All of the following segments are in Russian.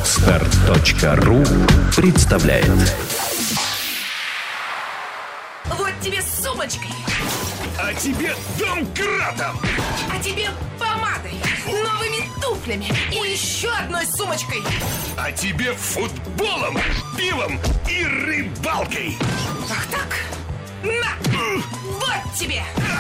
Podster.ru представляет. Вот тебе с сумочкой. А тебе домкратом. А тебе помадой, новыми туфлями и еще одной сумочкой. А тебе футболом, пивом и рыбалкой. Ах так? На! Вот тебе!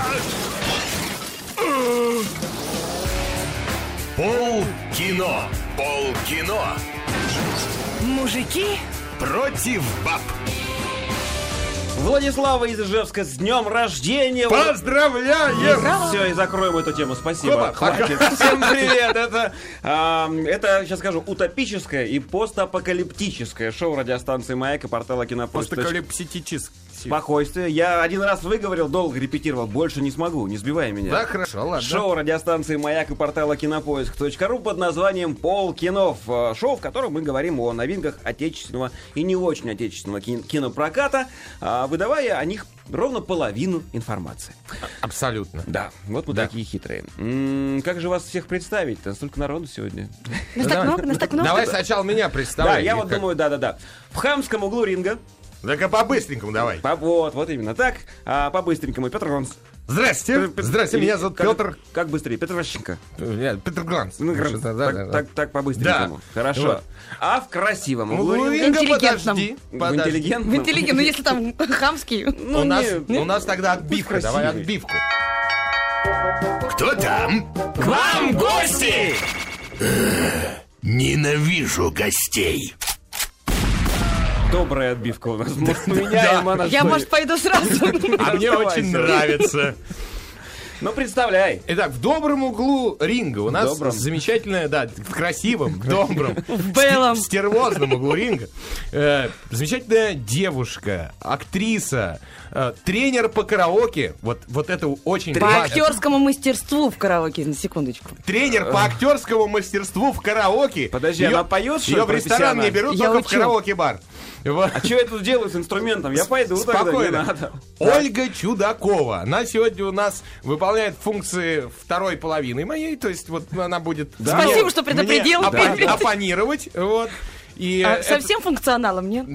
Полкино. Полкино. Мужики Против баб. Владислава из Ижевска, с днем рождения! Поздравляем! Все, и закроем эту тему, спасибо. Опа, Хватит. Всем привет! Это, сейчас скажу, утопическое и постапокалиптическое шоу радиостанции «Маяк» и портала «Кинопоиск». Постакалипситический. Спокойствие. Я один раз выговорил, долго репетировал, больше не смогу, не сбивай меня. Да, хорошо, ладно. Шоу радиостанции «Маяк» и портала «Кинопоиск.ру» под названием «Полкино». Шоу, в котором мы говорим о новинках отечественного и не очень отечественного кинопроката, выдавая о них ровно половину информации. Абсолютно. Да, вот мы такие хитрые. Как же вас всех представить-то? Столько народу сегодня. Нас так много. Давай сначала меня Да, представляй. я вот думаю, да. В хамском углу ринга. Так-ка по-быстренькому давай. Вот именно так. По-быстренькому. Петр Гронс. Здрасте. Здрасте, меня зовут Петр. Как быстрее? Петр Ващенко. Петр Гранц. Ну, так по-быстренькому. Да. Хорошо. Вот. А в красивом Ну, углу ринга? Инга, Интеллигентном. подожди. В интеллигентном? В интеллигент, ну если там хамский. У нас тогда отбивка. Пусть Давай красивый. отбивку. Кто там? к вам гости! Ненавижу гостей. Добрая отбивка у нас. Может, поменяем она Я, что ли? может, пойду сразу. А мне очень нравится. Ну, представляй. Итак, в добром углу ринга у нас Добром. замечательная, да, в красивом, добром, В белом. в стервозном углу ринга замечательная девушка, актриса, тренер по караоке. Вот это очень По важно. актерскому мастерству в караоке, на секундочку. Тренер по актерскому мастерству в караоке. Подожди, она поет, что ли, Ее в ресторан не профессионально? берут, Я только в учу. караоке-бар. Вот. А что я тут делаю с инструментом? Я пойду тогда, не Спокойно. надо. Ольга Чудакова. Она сегодня у нас выполняет функции второй половины моей. То есть вот она будет... Спасибо, что предупредил. мне оппонировать. Вот. И Со всем функционалом, нет?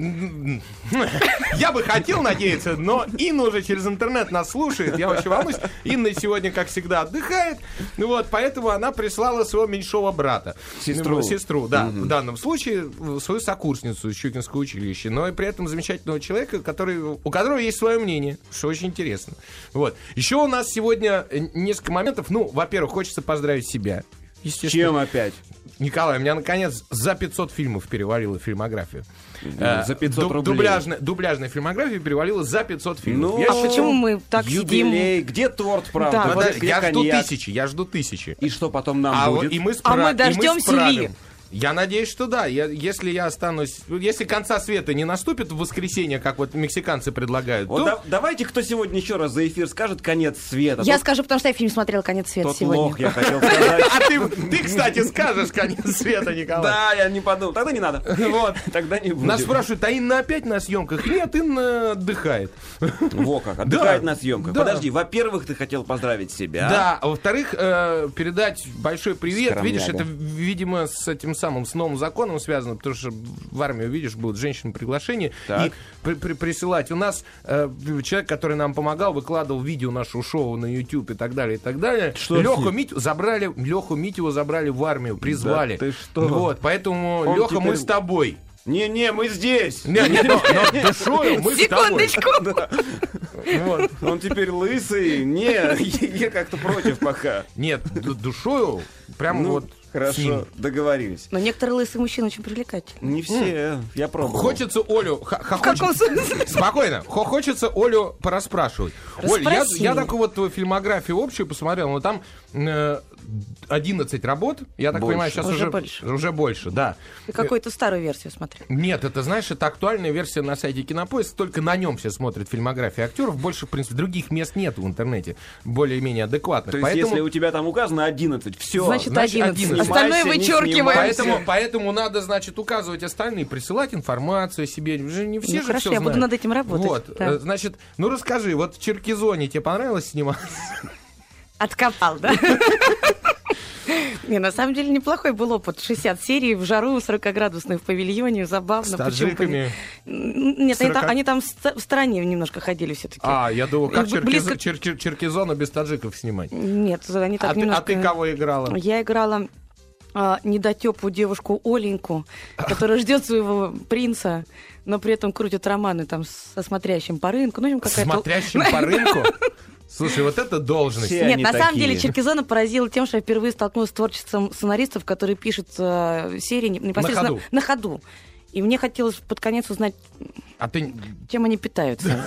я бы хотел надеяться, но Инна уже через интернет нас слушает. Я очень волнуюсь. Инна сегодня, как всегда, отдыхает. Вот, поэтому она прислала своего меньшого брата. Сестру. Да. В данном случае свою сокурсницу из Щукинского училища. Но и при этом замечательного человека, у которого есть свое мнение, что очень интересно. Вот. Еще у нас сегодня несколько моментов. Ну, во-первых, хочется поздравить себя. Чем опять? Николай, у меня, наконец, за 500 фильмов перевалила фильмографию. За 500 рублей. Дубляжная фильмография перевалила за 500 фильмов. Ну, А почему мы так сидим? юбилей. Где торт, правда? Да. Вот где я жду коньяк? тысячи. И что потом нам будет? мы дождемся Ли. Я надеюсь, что да. Если я останусь... Если конца света не наступит в воскресенье, как вот мексиканцы предлагают, Вот то... давайте, кто сегодня еще раз за эфир скажет «Конец света». Я Тот- скажу, потому что я фильм смотрела «Конец света» Тот сегодня. лох, я хотел сказать. А ты, кстати, скажешь конец света, Николай. Да, я не подумал. Тогда не надо. Вот. Тогда не будет. Нас спрашивают, а Инна опять на съемках? Нет, Инна отдыхает. Во как, отдыхает Да. на съемках. Да. Подожди, во-первых, ты хотел поздравить себя. Да, а во-вторых, передать большой привет. Скромняга. Видишь, это, видимо, с этим самым, с новым законом связано, потому что в армию, видишь, будут женщины приглашения Так. и присылать. У нас человек, который нам помогал, выкладывал видео нашего шоу на YouTube и так далее, и так далее. Что с Леху ним? Митю забрали в армию, призвали. Да ты что? Вот, поэтому, Он Леха, мы теперь- с тобой. Не, мы здесь. Но душою мы с тобой. Секундочку. Вот. Он теперь лысый. Не, я как-то против пока. Нет, душою прям Ну, вот с хорошо, ним. договорились. Но некоторые лысые мужчины очень привлекательны. Не все, я пробовал. Хочется Олю... В каком смысле? Спокойно. Хочется Олю порасспрашивать. Оль, Расспроси. я такую вот твою фильмографию общую посмотрел, но там 11 работ. Я так Больше. понимаю, сейчас Уже уже больше. уже больше, да. Ты какую-то старую версию смотрел. Нет, это, знаешь, это актуальная версия на сайте Кинопоиск. Только на нем все смотрят фильмографии актеров. Больше, в принципе, других мест нет в интернете. Более-менее адекватных. То есть, если у тебя там указано 11, все. Значит, значит, 11. 11. Остальное Снимайся, не вычеркиваем. снимайся. Поэтому надо, значит, указывать остальные, присылать информацию о себе. Же не все Ну, же хорошо, всё я буду знают. над этим работать. Вот, Да. значит, ну расскажи, вот в Черкизоне тебе понравилось сниматься? Откопал, да? Не, на самом деле неплохой был опыт. 60 серий в жару, 40-градусной в павильоне, забавно. С таджиками. Нет, 40... они там в стороне немножко ходили все-таки. Я думал, как Близко... Черкизону без таджиков снимать. Нет, они так немножко... А ты кого играла? Я играла недотепу девушку Оленьку, которая ждет своего принца, но при этом крутит романы там со смотрящим по рынку. Ну, какая-то... Смотрящим по рынку? Слушай, вот это должность. Все Нет, они на самом такие. деле Черкизона поразила тем, что я впервые столкнулась с творчеством ссценаристов, которые пишут серии непосредственно на ходу. И мне хотелось под конец узнать, чем они питаются.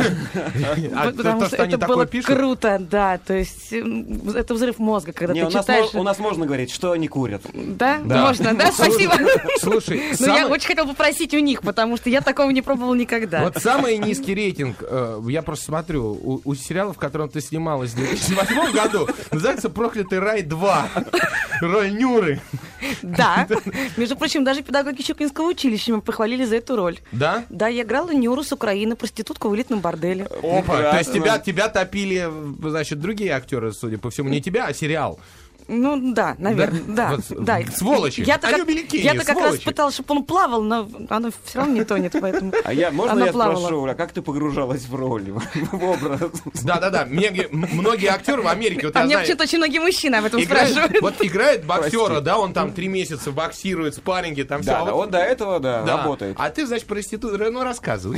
Потому что это было круто, да. То есть это взрыв мозга, когда ты читаешь... У нас можно говорить, что они курят. Да? Можно, да? Спасибо. Слушай, но я очень хотела попросить у них, потому что я такого не пробовала никогда. Вот самый низкий рейтинг, я просто смотрю, у сериала, в котором ты снималась в 2008 году, называется «Проклятый рай 2». Роль Нюры. Да. Между прочим, даже педагоги Щукинского училища меня похвалили за эту роль. Да? Да, я играла Нюру с Украины, проститутку в элитном борделе. Опа, то есть тебя топили, значит, другие актеры, судя по всему, не тебя, а сериал. Ну да, наверное, да. Вот, сволочи. Я-то как раз пыталась, чтобы он плавал, но оно все равно не тонет, поэтому можно я спрошу, а как ты погружалась в роль, в образ? Да. Многие актеры в Америке, вот а я мне знаю, почему-то очень многие мужчины об этом спрашивают. Вот играет боксера, да, он там 3 месяца боксирует, спарринги, там все. Да, он до этого, работает. А ты, значит, проститутка, ну рассказывай.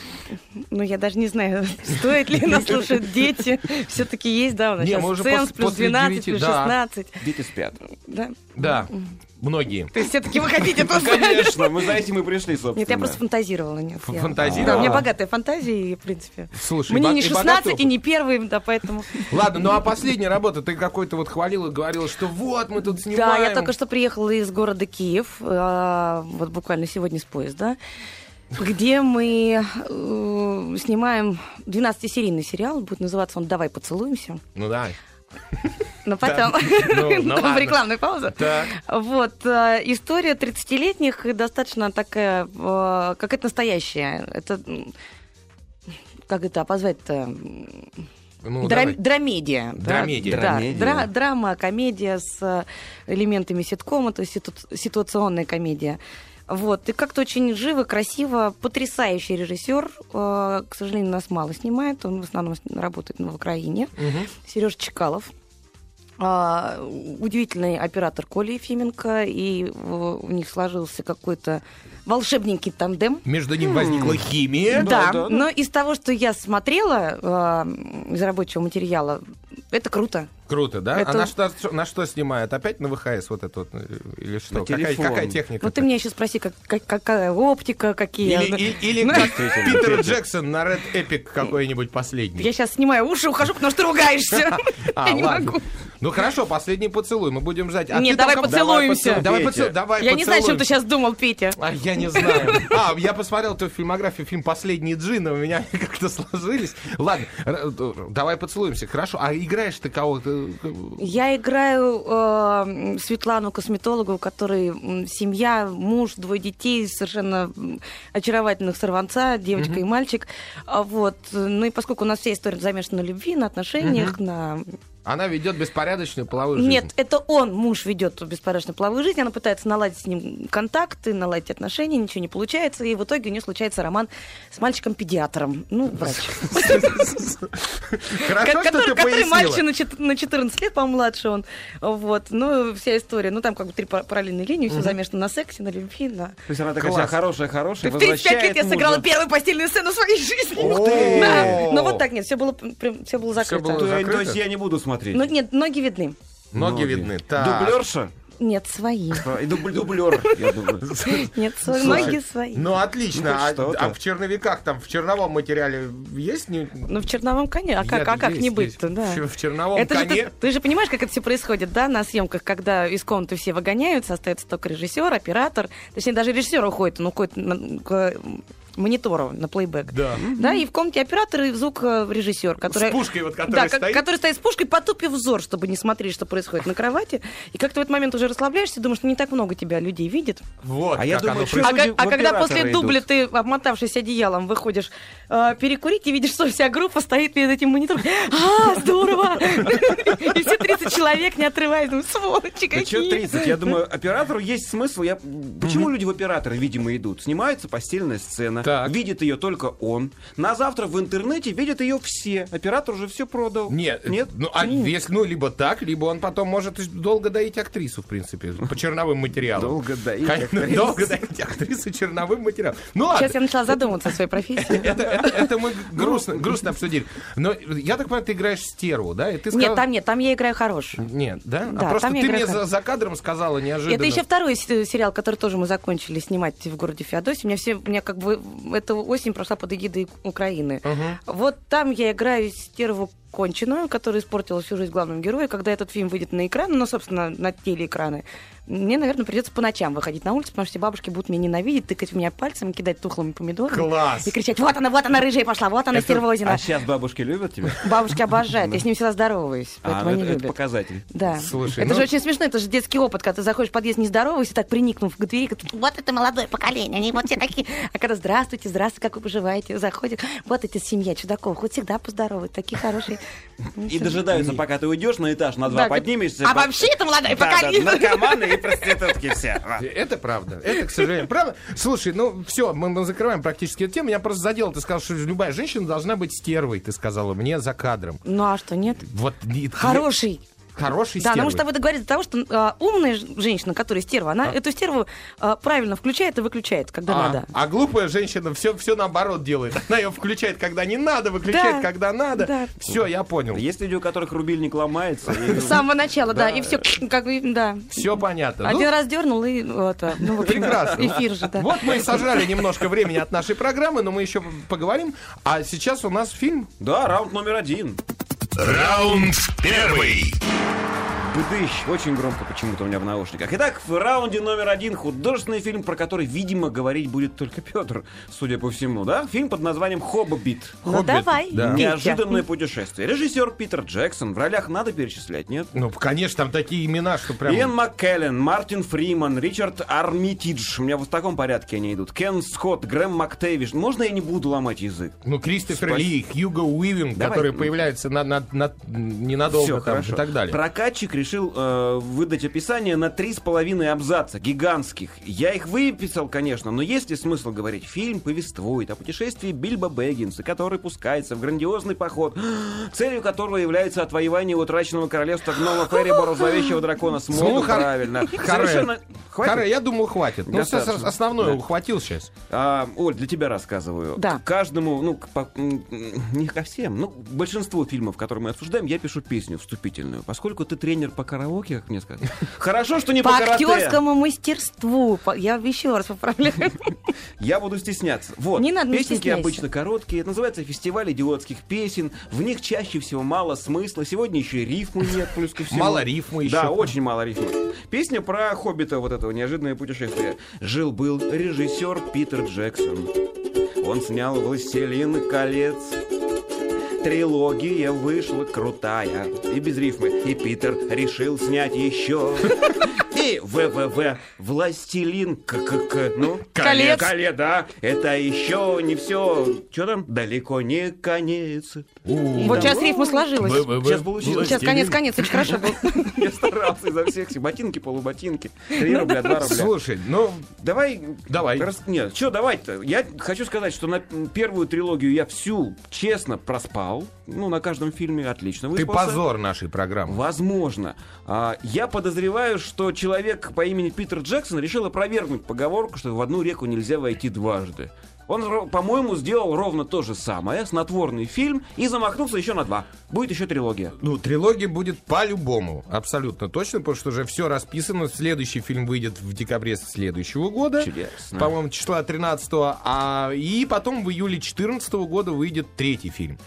Ну, я даже не знаю, стоит ли нас слушать дети. Все-таки есть, да, у нас сейчас ценз плюс 12, плюс 16. Дети спят. Да. Многие. То есть все-таки вы хотите тут... Конечно, мы за этим и пришли, собственно. Нет, я просто фантазировала. Нет, Фантазировала? Да, у меня богатая фантазия, и, в принципе... Слушай, мне не 16 и не первый, да, поэтому... Ладно, ну а последняя работа, ты какой-то вот хвалила, говорила, что вот, мы тут снимаем. Да, я только что приехала из города Киев, вот буквально сегодня с поезда, где мы снимаем 12-серийный сериал, будет называться он «Давай поцелуемся». Ну давай. Но потом рекламная пауза. Вот, история 30-летних и достаточно такая, какая-то настоящая. Это, как это позвать-то? Драмедия. Драмедия. Драма, комедия с элементами ситкома, то есть ситуационная комедия. Вот, и как-то очень живо, красиво, потрясающий режиссер. К сожалению, нас мало снимает, он в основном работает в Украине. Сережа Чекалов. Удивительный оператор Коля Ефименко, и у них сложился какой-то волшебненький тандем. Между ним возникла химия. Да, но из того, что я смотрела из рабочего материала, это круто. Круто, да? Это... А на что снимают? Опять на ВХС вот это вот? Или что? Какая техника? Ну ты меня еще спроси, какая оптика, какие... Или как Питер Джексон на Red Epic какой-нибудь последний. Я сейчас снимаю уши, ухожу, потому что ты ругаешься. Я не могу. Ну хорошо, последний поцелуй, мы будем ждать. Нет, давай поцелуемся. Я не знаю, о чем ты сейчас думал, Петя. Я не знаю. Я посмотрел твою фильмографию, фильм «Последний джин», у меня как-то сложились. Ладно, давай поцелуемся, хорошо. А играешь ты кого-то? Я играю Светлану, косметологу, у которой семья, муж, 2 детей, совершенно очаровательных сорванца, девочка и мальчик. Вот. Ну и поскольку у нас вся история замешана на любви, на отношениях, на... Она ведет беспорядочную половую жизнь. Нет, это он, муж, ведет беспорядочную половую жизнь. Она пытается наладить с ним контакты, наладить отношения, ничего не получается. И в итоге у нее случается роман с мальчиком-педиатром. Ну, врач. Хорошо, что ты который пояснила. мальчик на 14 лет, по-моему, младше он. Вот. Ну, вся история. Ну, там как бы 3 параллельные линии, все замешано на сексе, на любви, на... То есть она такая вся хорошая, В 35 лет я сыграла первую постельную сцену в своей жизни. Ух ты! Да. Но вот так нет, все было закрыто. То есть я не буду смотреть. Ну, нет, ноги видны. Ноги видны. Дублерша? Нет, свои. И дублер, я думаю. Нет, ноги свои. Ну, отлично. Ну, а в черновиках, там, в черновом материале есть? Ну, в черновом коне. А как не быть-то, да. В черновом коне. Ты же понимаешь, как это все происходит, да, на съемках, когда из комнаты все выгоняются, остается только режиссер, оператор. Точнее, даже режиссер уходит, он уходит монитора на плейбэк. Да. Да, и в комнате оператор и звукорежиссер, который... С пушкой вот, которая стоит. Который стоит с пушкой, потупив взор, чтобы не смотреть, что происходит на кровати. И как-то в этот момент уже расслабляешься, думаешь, не так много тебя людей видит. Вот, а я думаю, когда после дубля ты, обмотавшись одеялом, выходишь перекурить и видишь, что вся группа стоит перед этим монитором. Здорово! И все 30 человек, не отрываясь, ну, сволочи какие. Да что 30? Я думаю, оператору есть смысл. Почему люди в операторы, видимо, идут? Снимается постельная сцена, видит ее только он. На завтра в интернете видят ее все. Оператор уже все продал. Нет? Ну, либо так, либо он потом может долго доить актрису, в принципе, по черновым материалам. Долго доить актрису. Долго доить актрису черновым материалом. Сейчас я начала задумываться о своей профессии. Это мы грустно обсудили. Но я так понимаю, ты играешь стерву, да? Нет, там я играю хорошую. Нет, да? Просто ты мне за кадром сказала неожиданно. Это еще второй сериал, который тоже мы закончили снимать в городе Феодосии. У меня как бы эта осень прошла под эгидой Украины. Вот там я играю стерву конченую, которая испортила всю жизнь главному герою. Когда этот фильм выйдет на экран, ну, собственно, на телеэкраны, мне, наверное, придется по ночам выходить на улицу, потому что все бабушки будут меня ненавидеть, тыкать в меня пальцем, кидать тухлыми помидорами. Класс! И кричать: вот она рыжая пошла, вот она стервозина. А сейчас бабушки любят тебя? Бабушки обожают, я с ними всегда здороваюсь, поэтому они любят. Это показатель. Да. Слушай, это же очень смешно, это же детский опыт, когда ты заходишь в подъезд, не здороваешься, так приникнув к двери, вот это молодое поколение, они вот все такие. А когда здравствуйте, как вы поживаете, заходят, вот эта семья чудаков, хоть всегда поздоровают, такие хорошие. И дожидаются, пока ты уйдешь на этаж, на 2 поднимешься. А вообще это молодое поколение. Наркоманы и проститутки все. Это правда. Это, к сожалению, правда. Слушай, ну все, мы закрываем практически эту тему. Меня просто задело. Ты сказал, что любая женщина должна быть стервой, ты сказала мне за кадром. Ну а что, нет? Вот, хороший. Хороший да, стервы. потому что вы договорились до того, что умная женщина, которая стерва, она эту стерву правильно включает и выключает, когда надо. А глупая женщина все наоборот делает. Она ее включает, когда не надо, выключает, когда надо. Да. Все, я понял. Есть люди, у которых рубильник ломается. С самого начала, да, и все, как бы, да. Все понятно. Один раз дернул, и прекрасно. Эфир же, да. Вот мы и сожрали немножко времени от нашей программы, но мы еще поговорим. А сейчас у нас фильм. Да, раунд номер 1. Раунд 1. Быдыщ. Очень громко почему-то у меня в наушниках. Итак, в раунде номер 1 художественный фильм, про который, видимо, говорить будет только Петр, судя по всему, да? Фильм под названием «Хоббит». Ну давай. Да. Неожиданное путешествие. Режиссер Питер Джексон. В ролях надо перечислять, нет? Ну, конечно, там такие имена, что прям... Иэн Маккеллен, Мартин Фриман, Ричард Армитидж. У меня вот в таком порядке они идут. Кен Скотт, Грэм Мактейвиш. Можно я не буду ломать язык? Ну, Кристофер Ли, Хьюго Уивинг, которые появляются ненадолго. Все, там, хорошо. И так далее. Прокатчик решил выдать описание на 3,5 абзаца, гигантских. Я их выписал, конечно, но есть ли смысл говорить? Фильм повествует о путешествии Бильбо Бэггинса, который пускается в грандиозный поход, целью которого является отвоевание утраченного королевства гномов Эребора, зловещего дракона Смола. Правильно. Харе, я думал, хватит. Ну, основное ухватил сейчас. Оль, для тебя рассказываю. Да. Каждому, не ко всем, но большинству фильмов, которые мы обсуждаем, я пишу песню вступительную. Поскольку ты тренер по караоке, как мне сказали. Хорошо, что не по карате. По актерскому мастерству. Я еще раз поправляю. Я буду стесняться. Вот. Не надо, песенки обычно короткие. Это называется фестиваль идиотских песен. В них чаще всего мало смысла. Сегодня еще и рифмы нет, плюс ко всему. Мало рифмы еще. Да, очень мало рифмы. Песня про хоббита, вот этого неожиданное путешествие. Жил-был режиссер Питер Джексон. Он снял «Властелин колец». Трилогия вышла крутая. И без рифмы. И Питер решил снять еще. И ВВВ «Властелин ну, колец. Да, это еще не все. Что там? Далеко не конец. Вот сейчас рифма сложилась. Сейчас получилось. Сейчас конец, очень хорошо был. Я старался изо всех сил. Ботинки, полуботинки. 3 рубля, 2 рубля. Слушай, ну... Давай. Нет, что давай-то? Я хочу сказать, что на первую трилогию я всю честно проспал. Ну, на каждом фильме отлично выспался. Ты позор нашей программы. Возможно. Я подозреваю, что человек по имени Питер Джексон решил опровергнуть поговорку, что в одну реку нельзя войти дважды. Он, по-моему, сделал ровно то же самое, снотворный фильм, и замахнулся еще на 2. Будет еще трилогия. Ну, трилогия будет по-любому, абсолютно точно, потому что уже все расписано. Следующий фильм выйдет в декабре следующего года. Чудесно. По-моему, числа 13-го. И потом в июле 14-го года выйдет 3-й фильм.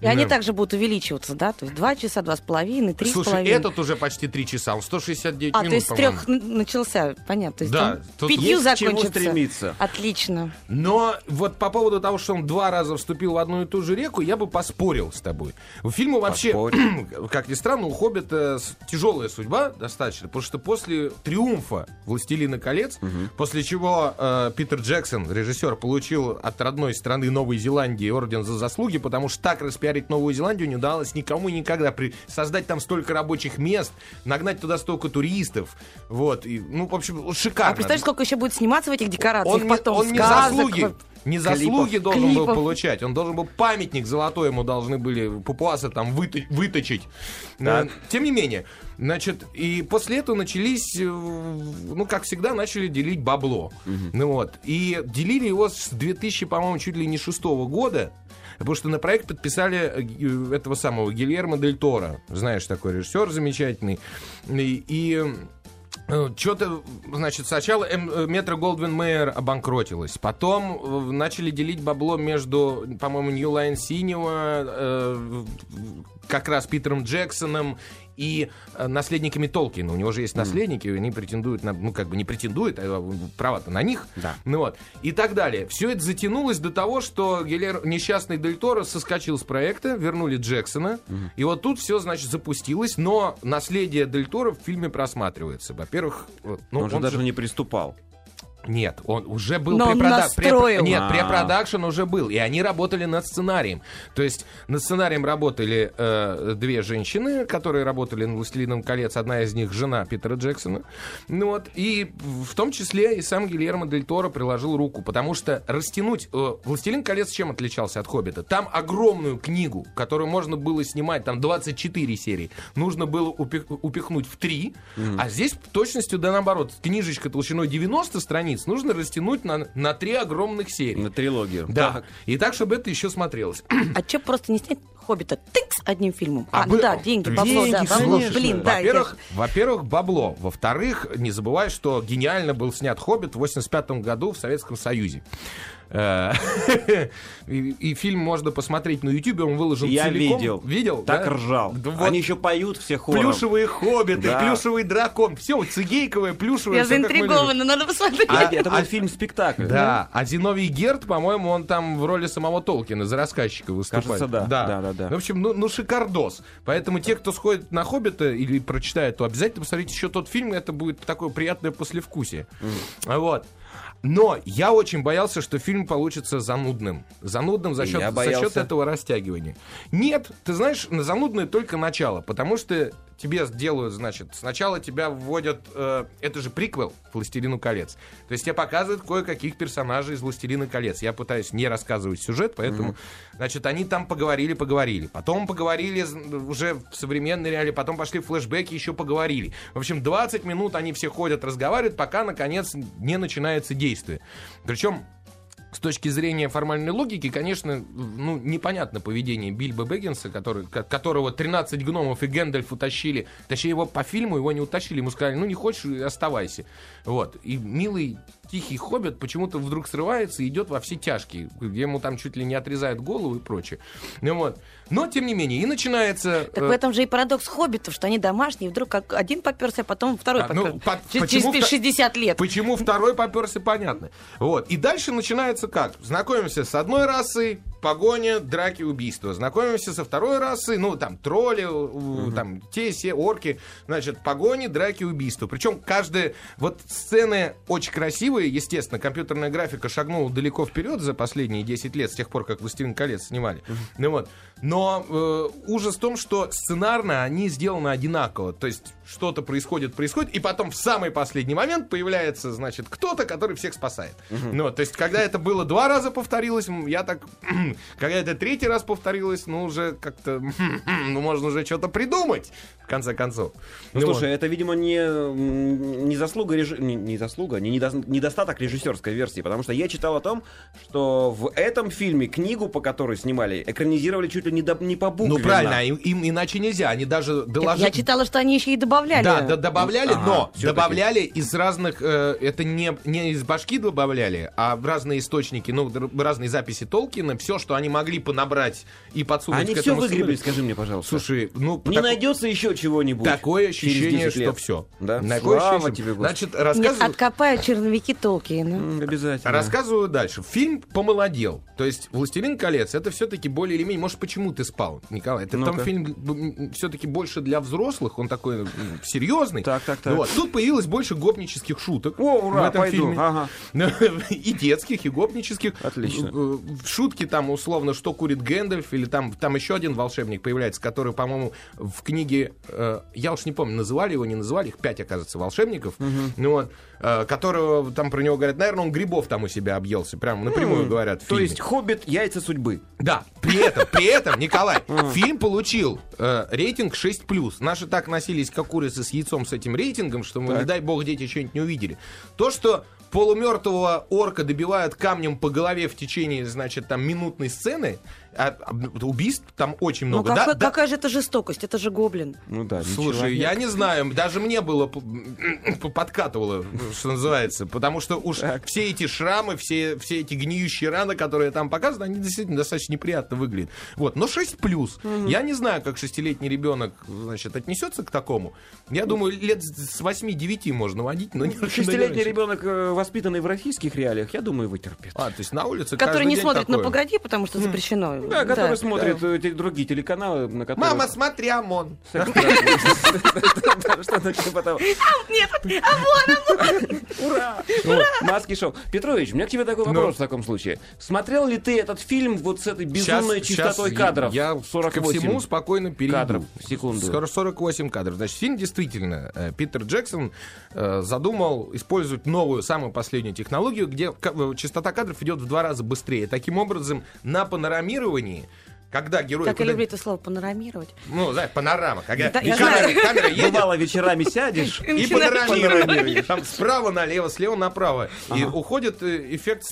И они также будут увеличиваться, да? То есть 2 часа, 2,5, 3,5. Слушай, этот уже почти 3 часа, он 169 минут, то есть с 3 начался, понятно. То есть да, тут 5 закончится. Стремиться. Отлично. Но вот по поводу того, что он 2 раза вступил в одну и ту же реку, я бы поспорил с тобой. У фильма вообще, как ни странно, у «Хоббита» тяжелая судьба достаточно, потому что после триумфа «Властелина колец», после чего Питер Джексон, режиссер, получил от родной страны Новой Зеландии орден за заслуги, потому что так распиарить Новую Зеландию не удалось никому никогда. Создать там столько рабочих мест, нагнать туда столько туристов. Вот. И, ну, в общем, шикарно. А представляешь, сколько еще будет сниматься в этих декорациях? Он не заслуги должен был получать. Он должен был памятник золотой, ему должны были папуасы там выточить. Да. Тем не менее, значит, и после этого начались, ну, как всегда, начали делить бабло. Ну, вот. И делили его с 2000, по-моему, чуть ли не 6-го года. Потому что на проект подписали этого самого Гильермо Дель Торо. Знаешь, такой режиссер замечательный. И что-то, значит, сначала Метро-Голдвин-Мэйер обанкротилась. Потом начали делить бабло между, по-моему, New Line Cinema, как раз Питером Джексоном и наследниками Толкина. У него же есть наследники, они претендуют на, ну, как бы не претендуют, а права-то на них. Да. Ну вот. И так далее. Все это затянулось до того, что несчастный Дель Торо соскочил с проекта, вернули Джексона, и вот тут все, значит, запустилось, но наследие Дель Торо в фильме просматривается. Во-первых, он же даже не приступал. Нет, он уже был препродакшн уже был, и они работали над сценарием. То есть над сценарием работали 2 женщины, которые работали над «Властелином колец», одна из них жена Питера Джексона. Ну вот, и в том числе и сам Гильермо Дель Торо приложил руку, потому что растянуть... «Властелин колец» чем отличался от «Хоббита»? Там огромную книгу, которую можно было снимать, там 24 серии, нужно было упихнуть в 3, а здесь точностью да наоборот. Книжечка толщиной 90 страниц нужно растянуть на 3 огромных серии. На трилогию. Да. Так. И так, чтобы это еще смотрелось. А че просто не снять «Хоббита» тыкс одним фильмом? Деньги, бабло. Блин, да. Во-первых, бабло. Во-вторых, не забывай, что гениально был снят «Хоббит» в 85 году в Советском Союзе. И фильм можно посмотреть на Ютубе, он выложен целиком. Я видел. Так да? ржал. Вот. Они еще поют все хором. Плюшевые хоббиты, да. Плюшевый дракон. Все, цигейковое, плюшевое. Я заинтригована, надо посмотреть. Это был фильм-спектакль. Да. А Зиновий Герд, по-моему, он там в роли самого Толкина, за рассказчика выступает. Кажется, да. В общем, ну шикардос. Поэтому те, кто сходит на «Хоббита» или прочитает, то обязательно посмотрите еще тот фильм, это будет такое приятное послевкусие. Вот. Но я очень боялся, что фильм получится занудным. Занудным за счет этого растягивания. Нет, ты знаешь, занудное только начало, потому что тебе делают, значит, сначала тебя вводят, это же приквел «Властелину колец». То есть тебе показывают кое-каких персонажей из «Властелина колец». Я пытаюсь не рассказывать сюжет, поэтому, значит, они там поговорили. Потом поговорили уже в современной реалии, потом пошли флешбеки, еще поговорили. В общем, 20 минут они все ходят, разговаривают, пока, наконец, не начинается действие. Причем с точки зрения формальной логики, конечно, ну, непонятно поведение Бильбо Бэггинса, которого 13 гномов и Гэндальф утащили. Точнее, его по фильму его не утащили. Ему сказали, ну, не хочешь, оставайся. Вот. И милый, тихий хоббит почему-то вдруг срывается и идет во все тяжкие, где ему там чуть ли не отрезают голову и прочее. Ну, вот. Но, тем не менее, и начинается... Так в этом же и парадокс хоббитов, что они домашние, и вдруг как один поперся, а потом второй поперся. Через 60 лет. Почему второй поперся, понятно. Вот. И дальше начинается как? Знакомимся с одной расой, погоня, драки, убийства. Знакомимся со второй расой, ну, там, тролли, там, те, все, орки. Значит, погони, драки, убийства. Причем каждая... Вот сцены очень красивые, естественно. Компьютерная графика шагнула далеко вперед за последние 10 лет, с тех пор, как «Властелин колец» снимали. Ну, вот. Но ужас в том, что сценарно они сделаны одинаково. То есть что-то происходит, и потом в самый последний момент появляется, значит, кто-то, который всех спасает. Ну, то есть, когда это было 2 раза повторилось, я так... Когда это 3-й раз повторилось, ну, уже как-то... Ну, можно уже что-то придумать, в конце концов. Ну, слушай, это, видимо, не заслуга, недостаток режиссерской версии, потому что я читал о том, что в этом фильме книгу, по которой снимали, экранизировали чуть ли не по букве. Ну, правильно, им иначе нельзя, они даже доложили... Я читала, что они еще и добавляли. Да, добавляли, но добавляли из разных... Это не из башки добавляли, а в разные источники, ну, разные записи Толкина, все, что они могли понабрать и подсунуть они к этому все выгребли, скажи мне, пожалуйста. Слушай, не найдется еще чего-нибудь. Такое ощущение, что все. Да? Такое Слава ощущение. тебе, Господи. Значит, рассказываю... Нет, откопают черновики Толкиена. Обязательно. Рассказываю дальше. Фильм помолодел. То есть «Властелин колец» — это все-таки более или менее... Может, почему ты спал, Николай? Там фильм все-таки больше для взрослых, он такой серьезный. Так. Вот. Тут появилось больше гопнических шуток. О, ура, в этом пойду. фильме. Ага. И детских, и гопнических. Отлично. Шутки там, условно, что курит Гэндальф, или там еще один волшебник появляется, который, по-моему, в книге, я уж не помню, называли его, не называли, их 5, оказывается, волшебников, которого там про него говорят, наверное, он грибов там у себя объелся, прямо напрямую говорят в фильме. То есть «Хоббит. Яйца судьбы». Да, при этом, Николай, фильм получил рейтинг 6+. Наши так носились, как курицы с яйцом, с этим рейтингом, что, не дай бог, дети что-нибудь не увидели. То, что полумертвого орка добивают камнем по голове в течение, значит, там, минутной сцены, убийств там очень много. Какая же это жестокость? Это же гоблин. Ну да. Слушай, я не знаю, даже мне было подкатывало, что называется, потому что уж все эти шрамы, все эти гниющие раны, которые там показаны, они действительно достаточно неприятно выглядят. Вот, но 6+. Я не знаю, как 6-летний ребенок, значит, отнесется к такому. Я думаю, лет с 8-9 можно водить, но не 6-летний ребенок, воспитанный в российских реалиях, я думаю, вытерпит. То есть на улице который не смотрит такое. «Ну погоди», потому что запрещено. Да, который смотрит другие телеканалы, на которые... Мама, смотри, ОМОН. Что-то типа того. Нет, ОМОН! Ура! Маски шоу. Петрович, у меня к тебе такой вопрос в таком случае. Смотрел ли ты этот фильм вот с этой безумной частотой кадров? Я 48 ко всему спокойно перейду. Кадров в секунду. 48 кадров. Значит, фильм действительно, Питер Джексон задумал использовать новую, самую последнюю технологию, где частота кадров идет в 2 раза быстрее. Таким образом, на панорамировании, когда герой... Как я люблю это слово «панорамировать». Ну, знаешь, панорама. Когда знаю. камера едет... Бывало, вечерами сядешь И панорамируешь. Там справа налево, слева направо. И уходит эффект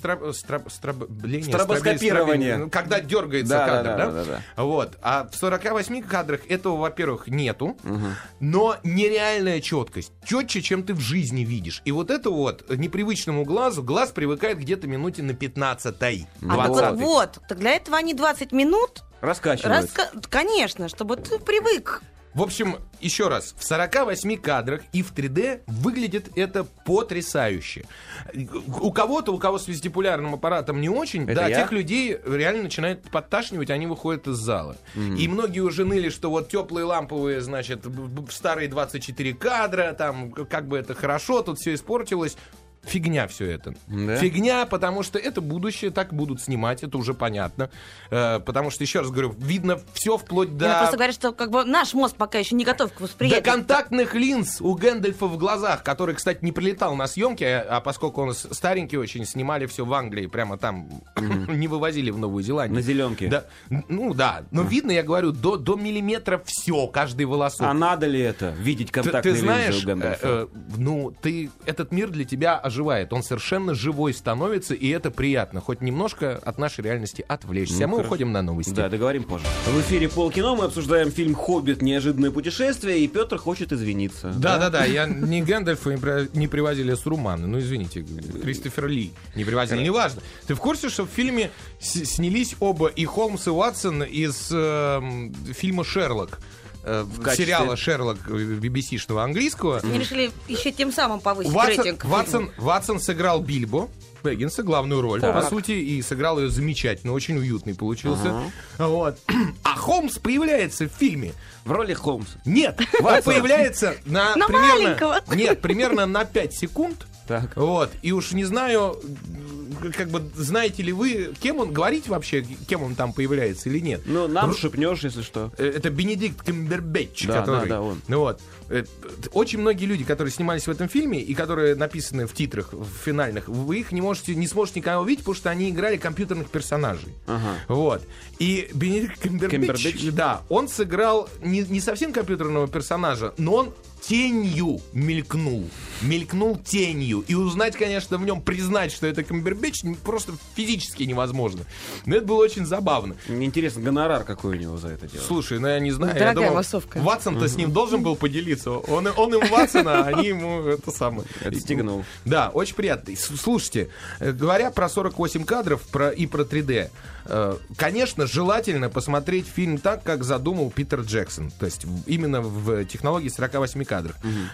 стробоскопирования. Когда дергается кадр, да? Вот. А в 48 кадрах этого, во-первых, нету, но нереальная четкость. Четче, чем ты в жизни видишь. И вот это вот непривычному глазу, глаз привыкает где-то минуте на 15-й. Так для этого они 20 минут... Раскачиваются. Конечно, чтобы ты привык. В общем, еще раз, в 48 кадрах и в 3D выглядит это потрясающе. У кого с вестибулярным аппаратом не очень, тех людей реально начинает подташнивать, они выходят из зала. И многие уже ныли, что вот теплые ламповые, значит, старые 24 кадра, там, как бы это хорошо, тут все испортилось. Фигня все это. Да? Фигня, потому что это будущее, так будут снимать, это уже понятно. Потому что, еще раз говорю, видно все вплоть до... Я просто говорю, что как бы наш мозг пока еще не готов к восприятию. До контактных линз у Гэндальфа в глазах, который, кстати, не прилетал на съемки, а поскольку он старенький очень, снимали все в Англии, прямо там, не вывозили в Новую Зеландию. На зеленке. Да, но видно, я говорю, до миллиметра все, каждый волосок. А надо ли это, видеть контактные линзы у Гэндальфа? Этот мир для тебя оживает. Он совершенно живой становится, и это приятно. Хоть немножко от нашей реальности отвлечься. Мы уходим на новости. Да, договорим позже. В эфире «Полкино», мы обсуждаем фильм «Хоббит. Неожиданное путешествие», и Петр хочет извиниться. Да, я не Гэндальфа не привозили с Румана. Ну, извините, Кристофер Ли не привозили. Неважно. Ты в курсе, что в фильме снялись оба, и Холмс, и Уотсон, из фильма «Шерлок»? Сериала «Шерлок» BBC-шного английского. Они решили еще тем самым повысить рейтинг. Ватсон сыграл Бильбо Бэггинса, главную роль, по сути, и сыграл ее замечательно, очень уютный получился. Вот. А Холмс появляется в фильме. В роли Холмса? Нет, он появляется примерно на 5 секунд. Так. Вот, и уж не знаю, как бы, знаете ли вы, кем он, говорите вообще, кем он там появляется или нет? Ну, нам шепнешь, если что. Это Бенедикт Камбербэтч, да, он. Ну вот. Очень многие люди, которые снимались в этом фильме и которые написаны в титрах, в финальных, вы их не сможете никогда увидеть, потому что они играли компьютерных персонажей. Вот. И Бенедикт Камбербэтч, да, он сыграл не совсем компьютерного персонажа, но он тенью мелькнул тенью. И узнать, конечно, в нем, признать, что это Камбербэтч, просто физически невозможно. Но это было очень забавно. Мне интересно, гонорар какой у него за это дело. Слушай, ну я не знаю. Дорогая я думал, массовка. Ватсон-то с ним должен был поделиться. Он им Ватсона, а они ему это самое. Отстегнул. Да, очень приятно. Слушайте, говоря про 48 кадров и про 3D, конечно, желательно посмотреть фильм так, как задумал Питер Джексон. То есть именно в технологии 48 кадров.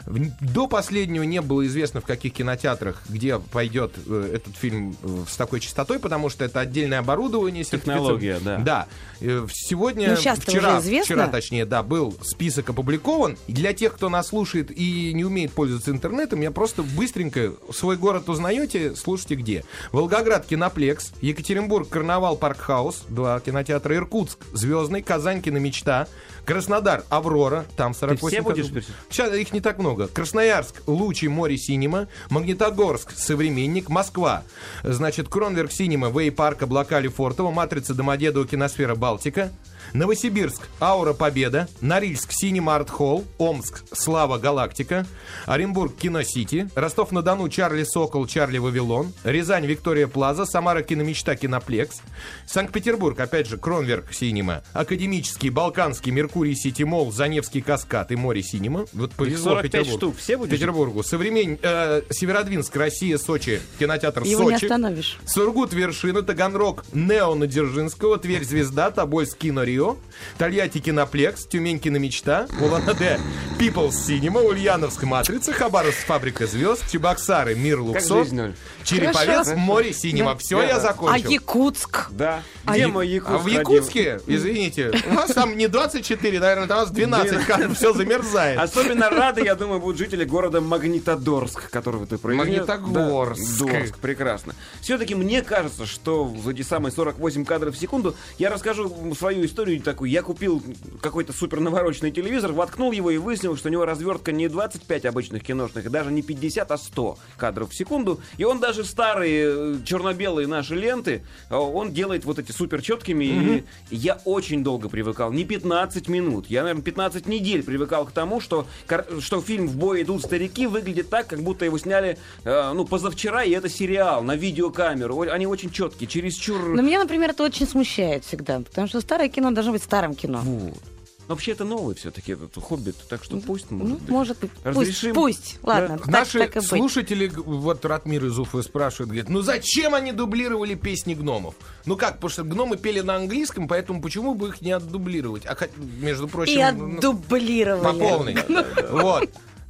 До последнего не было известно, в каких кинотеатрах, где пойдет этот фильм с такой частотой, потому что это отдельное оборудование. Технология, да. Да. Сегодня, вчера, точнее, да, был список опубликован. И для тех, кто нас слушает и не умеет пользоваться интернетом, я просто быстренько свой город узнаете, слушайте где. Волгоград Киноплекс, Екатеринбург Карнавал Паркхаус, 2 кинотеатра, Иркутск Звездный, Казань Киномечта, Краснодар Аврора, там 48. Ты все будешь? Сейчас их не так много. Красноярск Лучи Море Синема, Магнитогорск Современник, Москва, значит, Кронверк Синема, Вей Парк, Облака Лефортово, Матрица Домодедово, Киносфера Балтика, Новосибирск Аура Победа, Норильск Синема Арт Холл, Омск Слава Галактика, Оренбург Кино-Сити, Ростов-на-Дону Чарли Сокол, Чарли Вавилон, Рязань Виктория Плаза, Самара Киномечта, Киноплекс, Санкт-Петербург, опять же, Кронверк Синема, Академический, Балканский, Меркурий Сити Молл, Заневский Каскад и Море Синема. Вот повезло 45 штук, все будешь? Петербургу. Северодвинск, Россия, Сочи, кинотеатр Его Сочи. Не остановишь. Сургут Вершина, Таганрог Неона Дзержинского, Тверь Звезда, Тобольск Кино Рио, Тольятти Киноплекс, Тюмень Киномечта, Улан-Удэ People's Cinema, Ульяновск Матрица, Хабаровск Фабрика звезд, Чебоксары Мир Луксор, Череповец Море Синема. Да. Все, я закончил. А Якутск? Да. Где мой Якутск? А в Якутске, извините, у нас там не 24, наверное, там у нас 12, все замерзает. Особенно рады, я думаю, будут жители города Магнитогорск, которого ты произнес. Магнитогорск. Да, прекрасно. Все-таки мне кажется, что в эти самые 48 кадров в секунду я расскажу свою историю такую. Я купил какой-то супер навороченный телевизор, воткнул его и выяснил, что у него развертка не 25 обычных киношных, и даже не 50, а 100 кадров в секунду. И он даже старые черно-белые наши ленты, он делает вот эти супер четкими. И я очень долго привыкал. Не 15 минут. Я, наверное, 15 недель привыкал к тому, что фильм «В бой идут старики» выглядит так, как будто его сняли позавчера, и это сериал на видеокамеру. Они очень четкие, чересчур... Но меня, например, это очень смущает всегда, потому что старое кино должно быть старым кино. Вот. Но вообще это новый все-таки этот «Хоббит», так что пусть, может быть. Может быть. Разрешим. Пусть. Ладно, да. Наши слушатели, вот Ратмир из Уфы спрашивают, говорит, ну зачем они дублировали песни гномов? Ну как, потому что гномы пели на английском, поэтому почему бы их не отдублировать? А, между прочим... И отдублировали. По полной. Вот.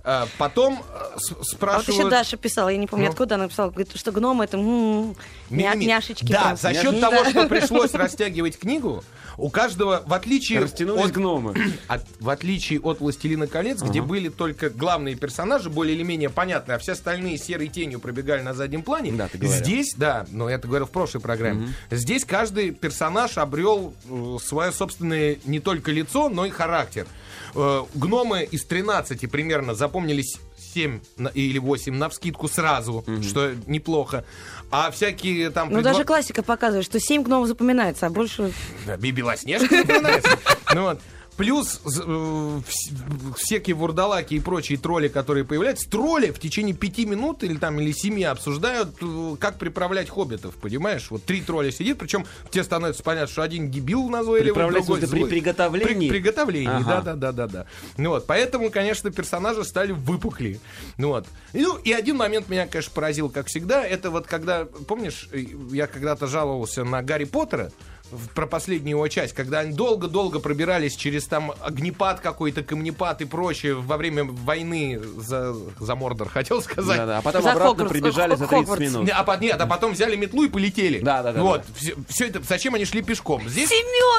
Потом спрашивают... А вот еще Даша писала, я не помню, откуда она писала, говорит, что гномы это няшечки. Да, за счет того, что пришлось растягивать книгу, у каждого, в отличие от гномы, в отличие от «Властелина колец», где были только главные персонажи, более или менее понятные, а все остальные серой тенью пробегали на заднем плане, здесь, но я это говорил в прошлой программе, здесь каждый персонаж обрел свое собственное не только лицо, но и характер. Гномы из 13 примерно запомнились 7 или 8 навскидку сразу, что неплохо. А всякие там... Ну, даже классика показывает, что 7 гномов запоминается, а больше... Да, Белоснежка запоминается. Плюс всякие вурдалаки и прочие тролли, которые появляются. Тролли в течение 5 минут или 7 обсуждают, как приправлять хоббитов, понимаешь? Вот 3 тролля сидит, причем тебе становится понятно, что один дебил назойливый, другой злой. При приготовлении? При приготовлении, да. Поэтому, конечно, персонажи стали выпуклее. И один момент меня, конечно, поразил, как всегда. Это вот когда, помнишь, я когда-то жаловался на Гарри Поттера, про последнюю его часть, когда они долго-долго пробирались через там огнепад какой-то, камнепад и прочее во время войны за Мордор, хотел сказать. Да, а потом обратно прибежали за 30 минут. А потом взяли метлу и полетели. Да. Вот. Все это, зачем они шли пешком? Здесь...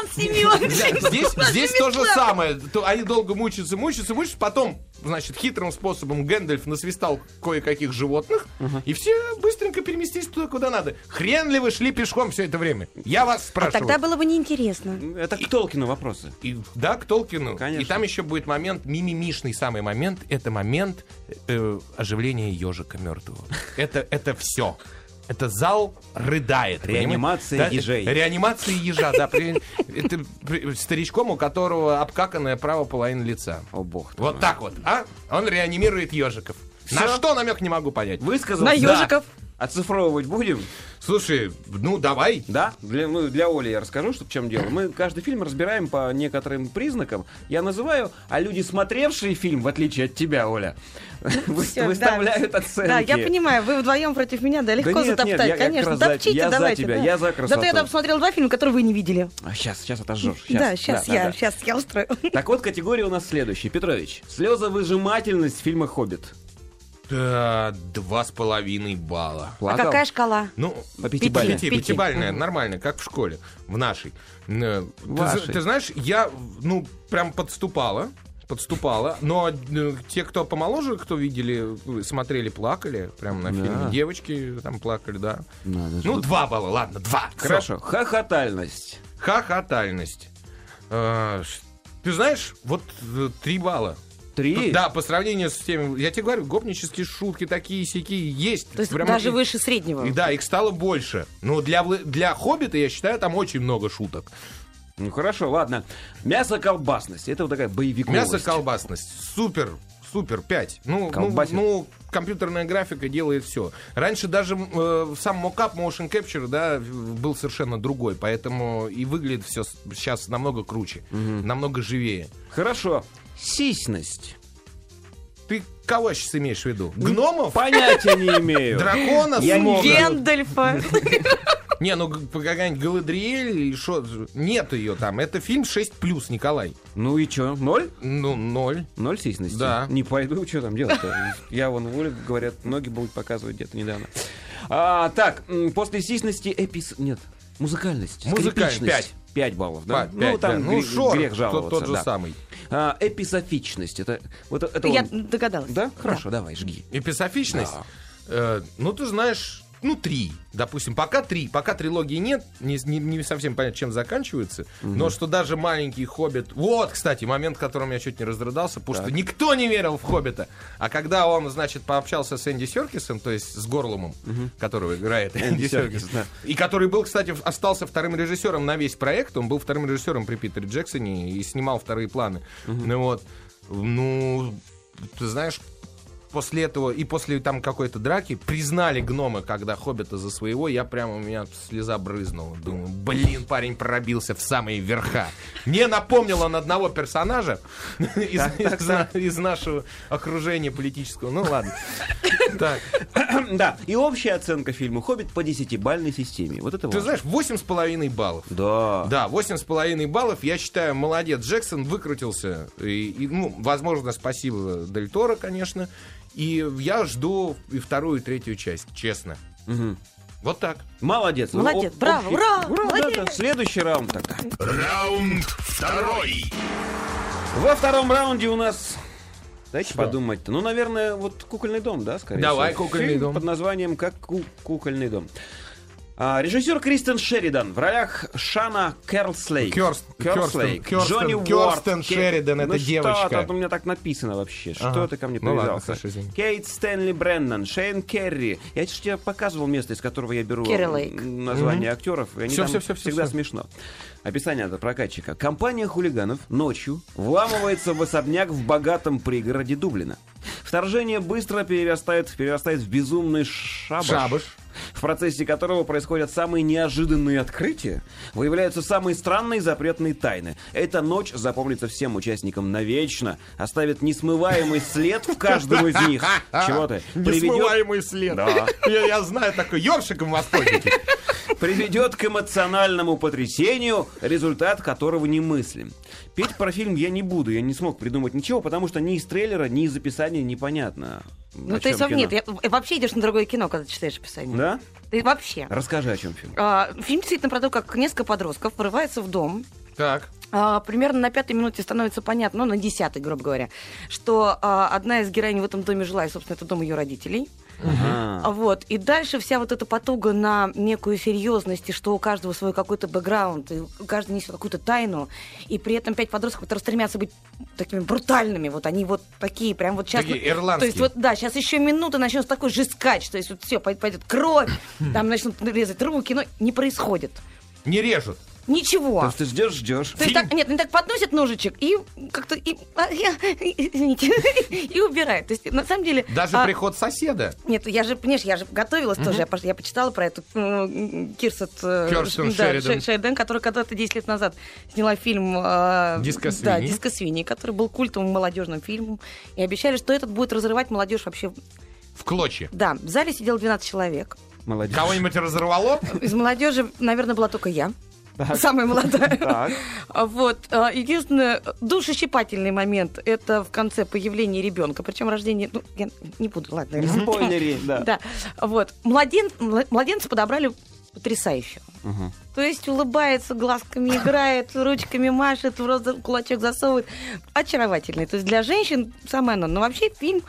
Семен! Здесь то же самое. Они долго мучаются, потом, значит, хитрым способом Гэндальф насвистал кое-каких животных, и все быстренько переместились туда, куда надо. Хрен ли вы шли пешком все это время? Я вас спрашиваю. Тогда было бы неинтересно. Это к Толкину вопросы. Да, к Толкину. Конечно. И там еще будет момент, мимимишный самый момент, это момент оживления ежика мертвого. Это все. Это зал рыдает. Реанимация ежей. Реанимация ежа, да. Это старичком, у которого обкаканная правая половина лица. О, бог ты. Вот так вот, а? Он реанимирует ежиков. На что намек не могу понять. Высказал? На ежиков. Оцифровывать будем? Слушай, ну давай. Да, для Оли я расскажу, что в чем дело. Мы каждый фильм разбираем по некоторым признакам. Я называю, а люди, смотревшие фильм, в отличие от тебя, Оля, выставляют оценки. Да, я понимаю, вы вдвоем против меня, да, легко затоптать, конечно. Топчите, давайте. Я за красоту. Зато я там посмотрел 2 фильма, которые вы не видели. Сейчас отожжешь. Да, сейчас я устрою. Так вот, категория у нас следующая. Петрович, слезовыжимательность фильма «Хоббит». 2,5 балла. А какая шкала? Ну, по пятибалльная. Нормально, как в школе, в нашей. Вашей. Ты знаешь, я, прям подступала, но те, кто помоложе, кто видели, смотрели, плакали, прям на фильме. Девочки там плакали, да. 2 балла, ладно, 2. Хорошо. Хохотальность. Ты знаешь, вот 3 балла. 3? Да, по сравнению с теми, я тебе говорю, гопнические шутки такие-сякие есть. То есть даже выше среднего. И да, их стало больше. Но для «Хоббита», я считаю, там очень много шуток. Ну хорошо, ладно. Мясо-колбасность. Это вот такая боевиковость. Мясо-колбасность. Супер, 5. Компьютерная графика делает все. Раньше даже сам мокап, motion capture, да, был совершенно другой. Поэтому и выглядит все сейчас намного круче, намного живее. Хорошо. Сисьность. Ты кого сейчас имеешь в виду? Гномов? Понятия не имею. Дракона? Гэндальфа. Не, какая-нибудь Галадриэль или что? Нет ее там. Это фильм 6+, Николай. Ну и что, 0? 0. 0 сисьности? Да. Не пойду, что там делать-то? Я вон в Оле, говорят, ноги будут показывать где-то недавно. Так, после сисьности Нет, музыкальность. 5 баллов, да? 5, там грех жаловаться. Тот же самый. Эписофичность. Это Я догадалась. Да? Хорошо, давай, жги. Эписофичность? Ты знаешь... 3. Допустим, пока трилогии нет, не совсем понятно, чем заканчивается, но что даже маленький «Хоббит». Вот, кстати, момент, в котором я чуть не разрыдался, потому что никто не верил в «Хоббита». А когда он, значит, пообщался с Энди Серкисом, то есть с Горлумом, которого играет Энди Серкис, и который был, кстати, остался вторым режиссером на весь проект, он был вторым режиссером при Питере Джексоне и снимал вторые планы. Ты знаешь... После этого и после там какой-то драки признали гномы, когда «Хоббита» за своего, у меня слеза брызнула. Думаю, парень пробился в самые верха. Мне напомнил он одного персонажа из нашего окружения политического. Ну ладно. Да, и общая оценка фильма «Хоббит» по 10-бальной системе. Вот это ты знаешь, 8,5 баллов. Да, 8,5 баллов. Я считаю, молодец. Джексон выкрутился. Возможно, спасибо Дель Торо, конечно. И я жду и вторую, и третью часть, честно. Вот так. Молодец. Браво, ура! Да. Следующий раунд тогда. Раунд 2. Во втором раунде у нас... Дайте подумать-то. Наверное, вот «Кукольный дом», да, скорее всего. Давай, «Кукольный дом». Под названием «Как кукольный дом». Режиссер Кристен Шеридан в ролях Шана Керслейк. Джонни Уорд. Кёрстен Шеридан, это девочка. Что-то у меня так написано вообще. Что ты ко мне привязался? Кейт Стэнли Бреннан, Шейн Керри. Я же тебе показывал место, из которого я беру названия актеров. И они там всегда смешно. Описание от прокатчика. Компания хулиганов ночью вламывается в особняк в богатом пригороде Дублина. Вторжение быстро перерастает в безумный шабаш, в процессе которого происходят самые неожиданные открытия, выявляются самые странные запретные тайны. Эта ночь запомнится всем участникам навечно, оставит несмываемый след в каждом из них. Чего ты? Несмываемый след. Да. Я знаю, такой ёршиком воспользуйтесь. Приведет к эмоциональному потрясению, результат которого немыслим. Петь про фильм я не буду, я не смог придумать ничего, потому что ни из трейлера, ни из описания непонятно. Ты вообще идешь на другое кино, когда читаешь описание. Да? Ты вообще. Расскажи, о чем фильм. Фильм действительно про то, как несколько подростков врываются в дом. Так. Примерно на 5-й минуте становится понятно, на 10-й, грубо говоря, что одна из героинь в этом доме жила, и, собственно, это дом ее родителей. Вот. И дальше вся вот эта потуга на некую серьезность, и что у каждого свой какой-то бэкграунд, и каждый несет какую-то тайну, и при этом 5 подростков, которые стремятся быть такими брутальными, вот они вот такие, прям вот сейчас... Такие ирландские. То есть вот, да, сейчас еще минута начнется такой жескач, то есть вот все, пойдет кровь, там начнут резать руки, но не происходит. Не режут. Ничего. То есть ты ждешь. То есть так, нет, они так подносят ножичек и как-то, извините, и убирают. То есть, на самом деле... Даже приход соседа. Нет, я же готовилась тоже, я почитала про эту Кирстен Шеридан, которая когда-то 10 лет назад сняла фильм «Диско-свиньи». Да, «Диско-свиньи», который был культовым молодежным фильмом. И обещали, что этот будет разрывать молодежь вообще... В клочья. Да, в зале сидело 12 человек. Молодец. Кого-нибудь разорвало? Из молодежи, наверное, была только я. Самая молодая. Вот. Единственный душещипательный момент — это в конце появления ребенка. Причем рождение... Ну, я не буду, ладно. Спойлери, да. Да. Вот. Младенца подобрали потрясающе. То есть улыбается, глазками играет, ручками машет, в рот кулачок засовывает. Очаровательный. То есть для женщин самое оно. Но вообще фильм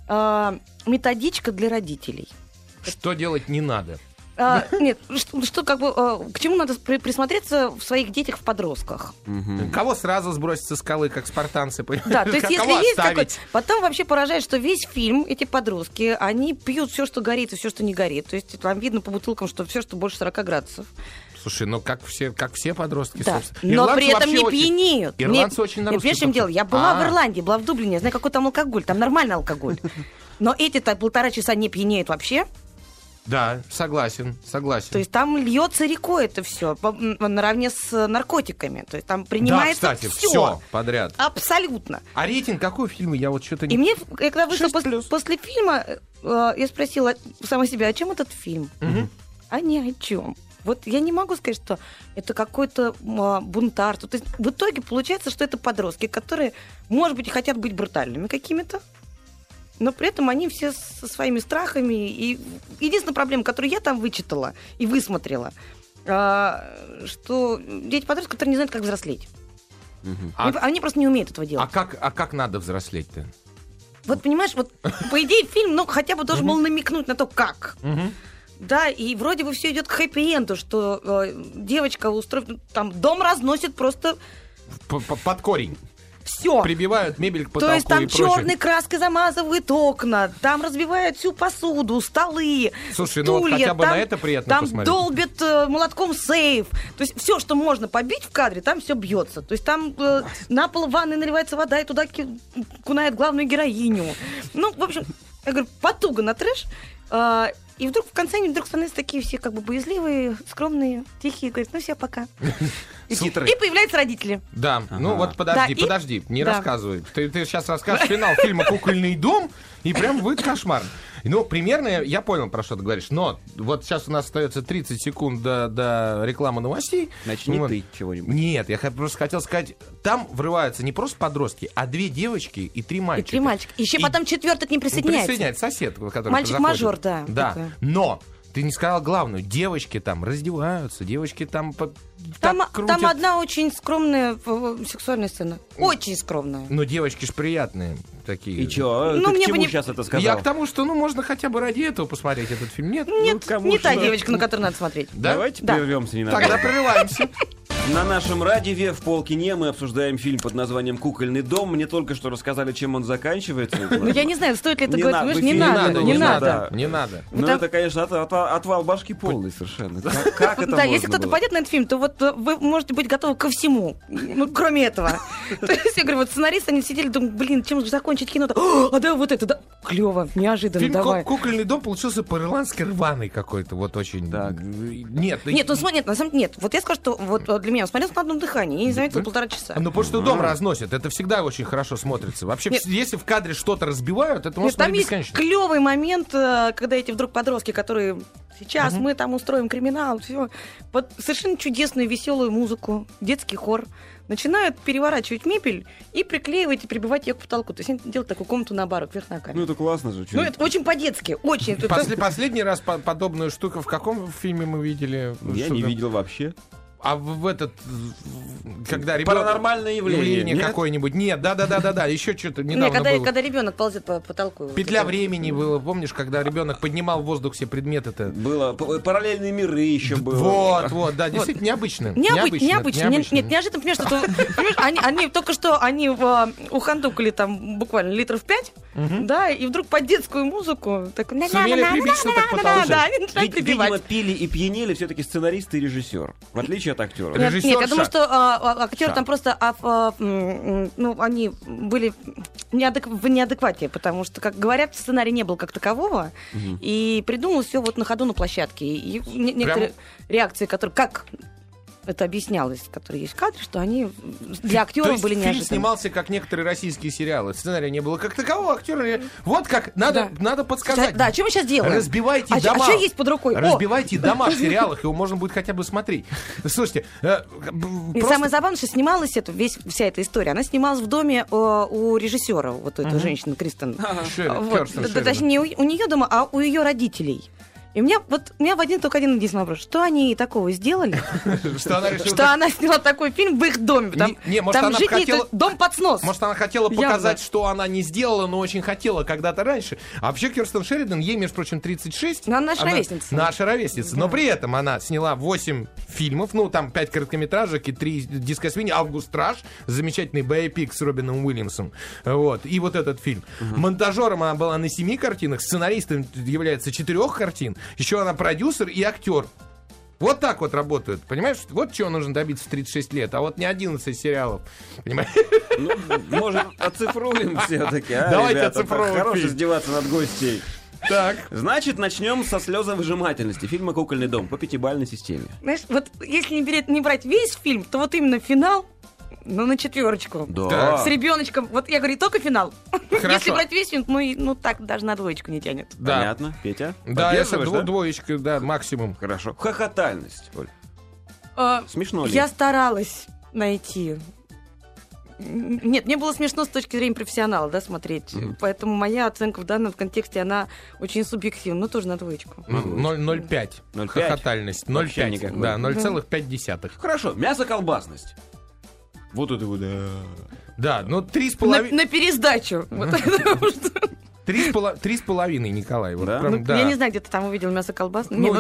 методичка для родителей. Что делать не надо? Нет, что как бы к чему надо присмотреться в своих детях, в подростках. Кого сразу сбросить со скалы, как спартанцы? Да, то есть если есть какой-то... Потом вообще поражает, что весь фильм, эти подростки, они пьют все, что горит, и все, что не горит. То есть там видно по бутылкам, что все, что больше 40 градусов. Слушай, ну как все подростки, да. собственно. Но при этом не пьянеют. Ирландцы очень на русский. Нет, в дело, я была в Ирландии, была в Дублине, я знаю, какой там алкоголь, там нормальный алкоголь. Но эти-то 1,5 часа не пьянеют вообще. Да, согласен. То есть там льется рекой это все наравне с наркотиками. То есть там принимается да, кстати, все подряд. Абсолютно. А рейтинг какой у фильма? Я вот что-то не... И мне, когда вышла после фильма, я спросила сама себя, о чем этот фильм? А ни о чем. Вот я не могу сказать, что это какой-то бунтарство. То есть в итоге получается, что это подростки, которые, может быть, хотят быть брутальными какими-то, но при этом они все со своими страхами. И единственная проблема, которую я там вычитала и высмотрела, что дети-подростки, которые не знают, как взрослеть. Они просто не умеют этого делать. А как надо взрослеть-то? Вот понимаешь, вот по идее фильм, хотя бы должен был намекнуть на то, как. Да, и вроде бы все идет к хэппи-энду, что девочка устроит, там дом разносит просто... Под корень. Все. Прибивают мебель к потолку. То есть там и прочее. черной краской замазывают окна, там разбивают всю посуду, столы, слушай, стулья, ну вот хотя бы там, на это приятно там посмотреть. долбят молотком сейф. То есть все, что можно побить в кадре, там все бьется. То есть там на пол ванны наливается вода и туда кунает главную героиню. Ну, в общем, я говорю, потуга на трэш. И вдруг в конце они становятся такие все как бы боязливые, скромные, тихие, говорят, ну все, пока. И появляются родители. Да, ну вот подожди, не рассказывай. Ты сейчас расскажешь финал фильма «Кукольный дом», и прям будет кошмар. Ну, примерно я понял, про что ты говоришь, но вот сейчас у нас остается 30 секунд до рекламы новостей. Начни ты чего-нибудь. Нет, я просто хотел сказать, там врываются не просто подростки, а 2 девочки и 3 мальчика. И 3 мальчика. Еще потом 4-й к ним присоединяется. Сосед, который мальчик-мажор, да. Да, но... Ты не сказал главную. Девочки там раздеваются, девочки там там одна очень скромная сексуальная сцена. Очень скромная. Но девочки ж приятные такие. И чё? Ты к чему сейчас это сказал? Я к тому, что можно хотя бы ради этого посмотреть этот фильм. Нет, не та девочка, на которую надо смотреть. Да? Давайте прервемся ненадолго. Тогда прерываемся. На нашем радио в полкине мы обсуждаем фильм под названием «Кукольный дом». Мне только что рассказали, чем он заканчивается. Ну, я не знаю, стоит ли это говорить. Не надо. Не надо. Ну, это, конечно, отвал башки полный совершенно. Как это можно? Да, если кто-то пойдет на этот фильм, то вот вы можете быть готовы ко всему, кроме этого. То есть, я говорю, вот сценаристы, они сидели, думают, чем же закончить кино-то? А да, вот это, да, клево, неожиданно, давай. Фильм «Кукольный дом» получился по-ирландски рваный какой-то, вот очень. Нет, ну смотри, на самом деле, нет. Вот я скажу, что вот для меня он смотрелся на одном дыхании, я не заметила 1,5 часа. Ну, потому что дом разносят, это всегда очень хорошо смотрится. Вообще, если в кадре что-то разбивают, это можно смотреть бесконечно. Там есть клевый момент, когда эти вдруг подростки, которые сейчас мы там устроим криминал, все, под совершенно чудесную, веселую музыку, детский хор, начинают переворачивать мебель и приклеивать, и прибивать ее к потолку. То есть они делают такую комнату наоборот, вверх ногами. Ну, это классно же. Ну, это очень по-детски, очень. Последний раз подобную штуку в каком фильме мы видели? Я не видел вообще. А в этот, когда ребенок... Паранормальное явление какое-нибудь. Нет, да, еще что-то недавно было. Когда ребенок ползет по потолку. Петля времени было, помнишь, когда ребенок поднимал в воздух все предметы-то? Было, параллельные миры еще было. Вот, да, действительно необычно. Необычно. Нет, неожиданно, понимаешь, что они только что ухандукали там буквально литров 5, да, и вдруг под детскую музыку так... Сумели прибить, что так потолок. Да, они начинают прибивать. Видимо, пили и пьянели все-таки сценарист и режиссер, в отличие от актера. Нет, я думаю, что актеры там просто они были в неадеквате, потому что, как говорят, сценарий не был как такового, и придумал все вот на ходу на площадке. И некоторые реакции, которые... Как это объяснялось, которые есть в кадре, что они для актеров были неожиданны. Фильм снимался, как некоторые российские сериалы. Сценария не было как такового, актеры... Вот как, надо подсказать. Да, что мы сейчас делаем? Разбивайте дома. А что есть под рукой? Разбивайте дома в сериалах, его можно будет хотя бы смотреть. Слушайте, и самое забавное, что снималась вся эта история, она снималась в доме у режиссера, вот этой женщины, Кристен. Точнее, не у нее дома, а у ее родителей. И у меня только один единственный вопрос. Что они такого сделали? Что она сняла такой фильм в их доме. Там жить дом под снос. Может, она хотела показать, что она не сделала, но очень хотела когда-то раньше. А вообще Кирстен Шеридан, ей, между прочим, 36. Но она наша ровесница. Наша ровесница. Но при этом она сняла 8 фильмов, там 5 короткометражек и 3 дискосвиньи. «Август Страж», замечательный боепик с Робином Уильямсом. Вот. И вот этот фильм. Монтажером она была на 7 картинах, сценаристом является 4 картин. Еще она продюсер и актер. Вот так вот работают, понимаешь? Вот чего нужно добиться в 36 лет, а вот не 11 сериалов. Понимаешь? Может, оцифруем все-таки, а, давайте ребята? оцифруем. Хорош издеваться над гостей. Так. Значит, начнем со слезовыжимательности фильма «Кукольный дом» по 5-бальной системе. Знаешь, вот если не брать весь фильм, то вот именно финал, на 4. Да. С ребеночком. Вот я говорю, только финал. Хорошо. Если брать весь фильм, так даже на 2 не тянет. Да. Понятно. Петя? Да, я 2, да, максимум. Хорошо. Хохотальность, Оль. Смешно ли? Я старалась найти. Нет, мне было смешно с точки зрения профессионала, да, смотреть. Поэтому моя оценка в данном контексте, она очень субъективна, но тоже на 2. 0,5. Хохотальность. 0,5. Да, 0,5. Хорошо. Мясо-колбасность. Вот это вот, да. Да, 3,5. На пересдачу. 3,5, Николай. Вот да? прям, Я не знаю, где ты там увидел мясо колбас. Есть.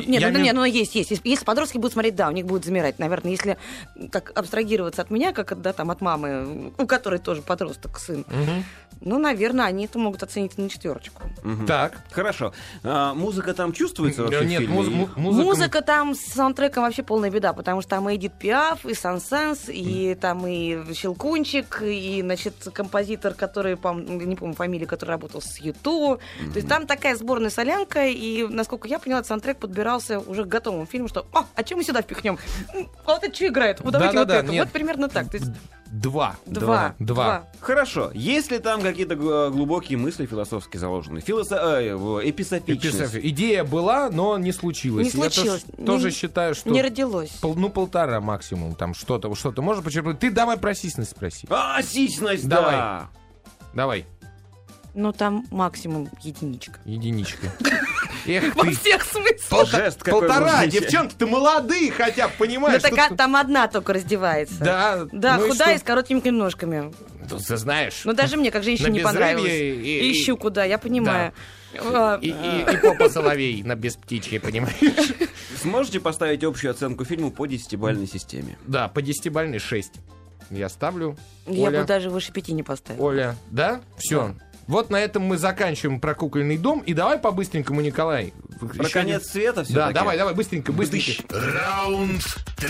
Если подростки будут смотреть, да, у них будет замирать. Наверное, если так абстрагироваться от меня, как от мамы, у которой тоже подросток, сын, наверное, они это могут оценить на 4. Так. Хорошо. Музыка там чувствуется вообще в фильме? Нет, музыка там с саундтреком вообще полная беда, потому что там и Эдит Пиаф, и Сан-Санс, и там и Щелкунчик, и, композитор, который, не помню фамилию, который работал с Ютуб. То есть там такая сборная солянка, и, насколько я поняла, саундтрек подбирался уже к готовому фильму, что а чем мы сюда впихнем? Вот это что играет? Давайте это. Нет. Вот примерно так. То есть 2. Хорошо. Есть ли там какие-то глубокие мысли философски заложены? Эписофичность. Идея была, но не случилось. Не случилось. Я тоже считаю, что... Не родилось. 1,5 максимум. Там что-то можно почерпнуть. Ты давай про сисьность спроси. Сисьность, давай. Да. Давай. Там максимум 1. Единичка. Эх Во ты. всех смыслах. Жест какой 1,5. был. Девчонки-то молодые хотя бы, понимаешь? Там одна только раздевается. Да, худая и с короткими ножками. Ты знаешь. Даже мне, как женщине, не понравилось. И щуку, да, я понимаю. И попа соловей на без птичьей, понимаешь? Сможете поставить общую оценку фильму по 10-бальной системе? Да, по 10-бальной 6. Я ставлю. Я бы даже выше 5 не поставила. Оля, да? Все. Вот на этом мы заканчиваем про кукольный дом. И давай по-быстренькому, Николай. Про конец света все-таки. Да, давай, быстренько. Раунд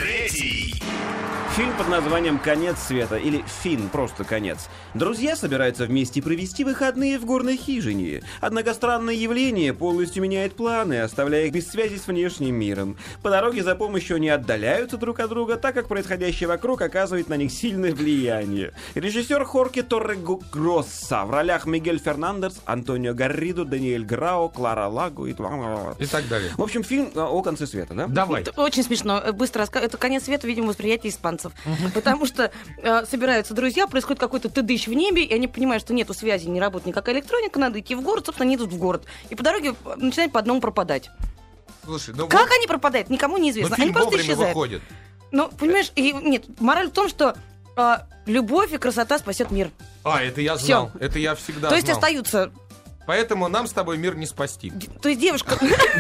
3. Фильм под названием «Конец света» или «Фин», просто «Конец». Друзья собираются вместе провести выходные в горной хижине. Однако странное явление полностью меняет планы, оставляя их без связи с внешним миром. По дороге за помощью они отдаляются друг от друга, так как происходящее вокруг оказывает на них сильное влияние. Режиссер Хорхе Торрегросса в ролях Мигель Фернандес, Антонио Гарридо, Даниэль Грао, Клара Лагу и так далее. В общем, фильм о конце света, да? Давай. Это очень смешно. Быстро рассказываю. Это конец света, видимо, восприятие испанцев. Потому что собираются друзья, происходит какой-то тыдыщ в небе, и они понимают, что нету связи, не работает никакая электроника, надо идти в город, собственно, они идут в город. И по дороге начинают по одному пропадать. Слушай, как они пропадают, никому не известно. Фильм они просто вовремя исчезают. выходит. Ну, понимаешь, нет, мораль в том, что любовь и красота спасет мир. Это я знал. Всё. Это я всегда знал. То есть остаются... Поэтому нам с тобой мир не спасти. То есть девушка...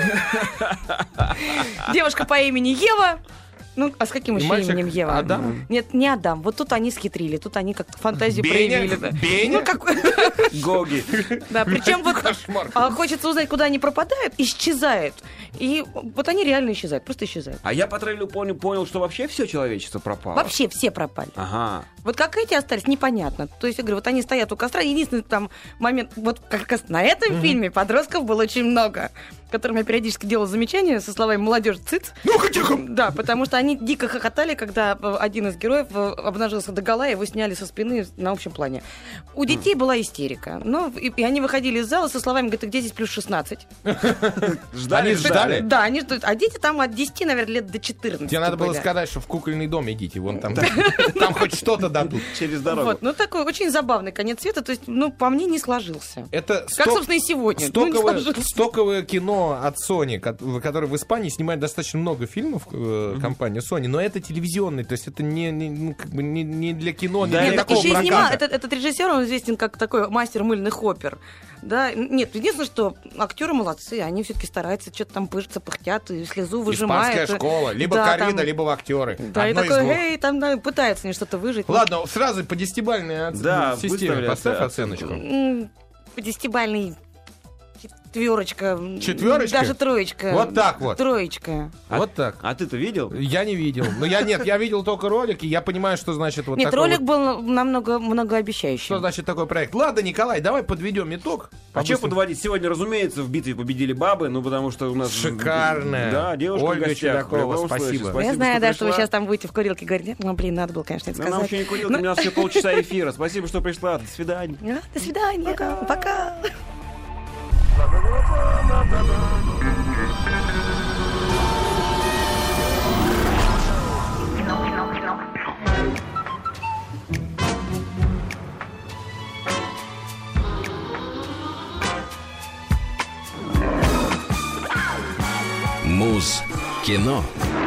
Девушка по имени Ева... Ну, а с каким еще именем Ева? Адам? Нет, не Адам. Вот тут они схитрили, тут они как-то фантазию Беня? проявили. Да. Беня? Ну, какой... Гоги. Да, причем вот хочется узнать, куда они пропадают, исчезают. И вот они реально исчезают, просто исчезают. А я по трейлеру понял, что вообще все человечество пропало. Вообще все пропали. Ага. Вот как эти остались, непонятно. То есть, я говорю, вот они стоят у костра, единственный там момент, вот как раз на этом фильме подростков было очень много, которым я периодически делала замечания со словами «молодежь, цыц». Ну-ка, тихо! Да, потому что они дико хохотали, когда один из героев обнажился догола, и его сняли со спины на общем плане. У детей была истерика. Но, и они выходили из зала со словами, говорят, где здесь плюс 16? Ждали? Да, они ждут. А дети там от 10, наверное, лет до 14. Тебе надо было сказать, что в кукольный дом идите, вон там. Там хоть что-то дадут. Через дорогу. Вот, ну такой очень забавный конец света, то есть, ну, по мне, не сложился. Это как, собственно, и сегодня. Стоковое кино от Sony, которое в Испании снимает достаточно много фильмов, компания Sony, но это телевизионный, то есть это не для кино, да, не для такого еще проката. Этот режиссер, он известен как такой мастер мыльных опер. Да? Нет, единственное, что актеры молодцы, они все-таки стараются, что-то там пыжатся, пыхтят, и слезу выжимают. Испанская школа, либо да, коррида, там... либо в актеры. Да, одно и такой, эй, там да, пытается мне что-то выжить. Ладно, сразу по 10-бальной системе поставь оценочку. По 10-бальной... Четверочка. Даже троечка. Вот так вот. Троечка. Вот так. А ты-то видел? Я не видел. Ну, я видел только ролики, я понимаю, что значит вот нет, такой ролик был намного многообещающий. Что значит такой проект? Ладно, Николай, давай подведем итог. А что подводить? Сегодня, разумеется, в битве победили бабы, ну потому что у нас... Шикарная. Да, девушка Ольга в гостях. Чудакова, спасибо. Я знаю, да, что вы сейчас там будете в курилке говорить. Ну, блин, надо было, конечно, это сказать. Она вообще не курилка, у нас еще полчаса эфира. Спасибо, что пришла. До свидания. До свидания. Пока. Муз-кино.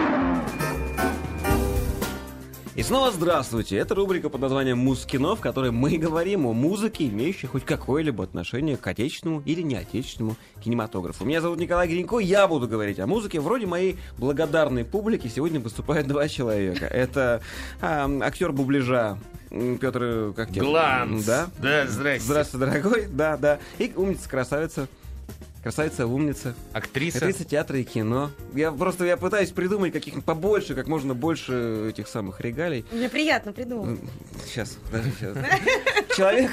И снова здравствуйте. Это рубрика под названием «Муз-кино», в которой мы говорим о музыке, имеющей хоть какое-либо отношение к отечественному или неотечественному кинематографу. Меня зовут Николай Гринько, я буду говорить о музыке. Вроде моей благодарной публики сегодня выступают два человека. Это актер бубляжа Петр, как тебе? Гланс. Да? Да, здрасте. Здравствуй, дорогой. Да, да. И умница-красавица. Красавица, умница. Актриса театра и кино. Я пытаюсь придумать побольше, как можно больше этих самых регалий. Мне приятно придумать. Сейчас. Человек,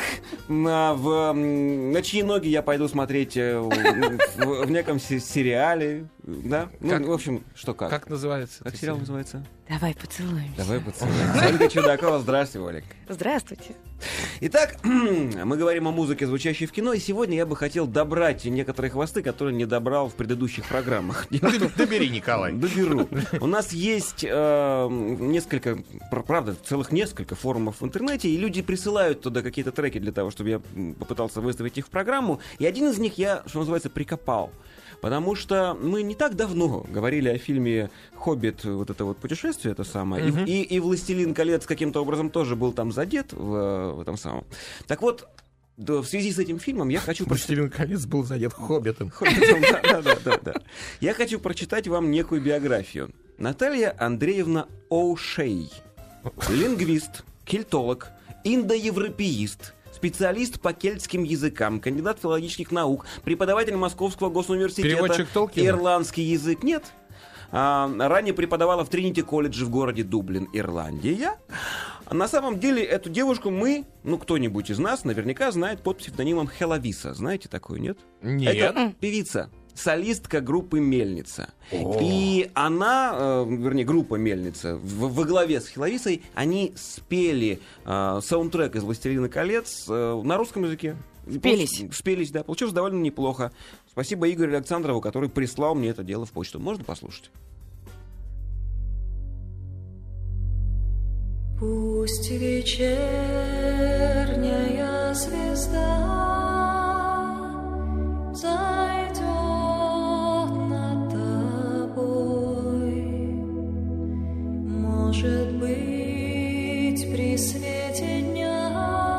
на чьи ноги я пойду смотреть в неком сериале. Да? Ну, в общем, что как. Как называется? Как сериал называется? Давай поцелуемся. Давай поцелуемся. Ольга Чудакова, здравствуй, Олег. Здравствуйте. Итак, мы говорим о музыке, звучащей в кино, и сегодня я бы хотел добрать некоторые хвосты, которые не добрал в предыдущих программах. Добери, Николай. Доберу. У нас есть несколько, правда, целых несколько форумов в интернете, и люди присылают туда какие-то треки для того, чтобы я попытался выставить их в программу, и один из них я, что называется, прикопал. Потому что мы не так давно говорили о фильме «Хоббит», вот это вот путешествие, это самое, и «Властелин колец» каким-то образом тоже был там задет в этом самом. Так вот, в связи с этим фильмом я хочу... «Властелин колец» был задет «Хоббитом». Да. Я хочу прочитать вам некую биографию. Наталья Андреевна Оушей. Лингвист, кельтолог, индоевропеист, специалист по кельтским языкам, кандидат филологических наук, преподаватель Московского госуниверситета. Переводчик Толкина? Ирландский язык. Нет. Ранее преподавала в Тринити-колледже в городе Дублин, Ирландия. На самом деле эту девушку мы, кто-нибудь из нас наверняка знает под псевдонимом Хелависа. Знаете такую, нет? Нет. Это певица. Солистка группы «Мельница». И она, группа «Мельница», во главе с Хелависой, они спели саундтрек из «Властелина колец» на русском языке. Спелись, да. Получилось довольно неплохо. Спасибо Игорю Александрову, который прислал мне это дело в почту. Можно послушать? Пусть вечерняя звезда зайдет над тобой, может быть, при свете дня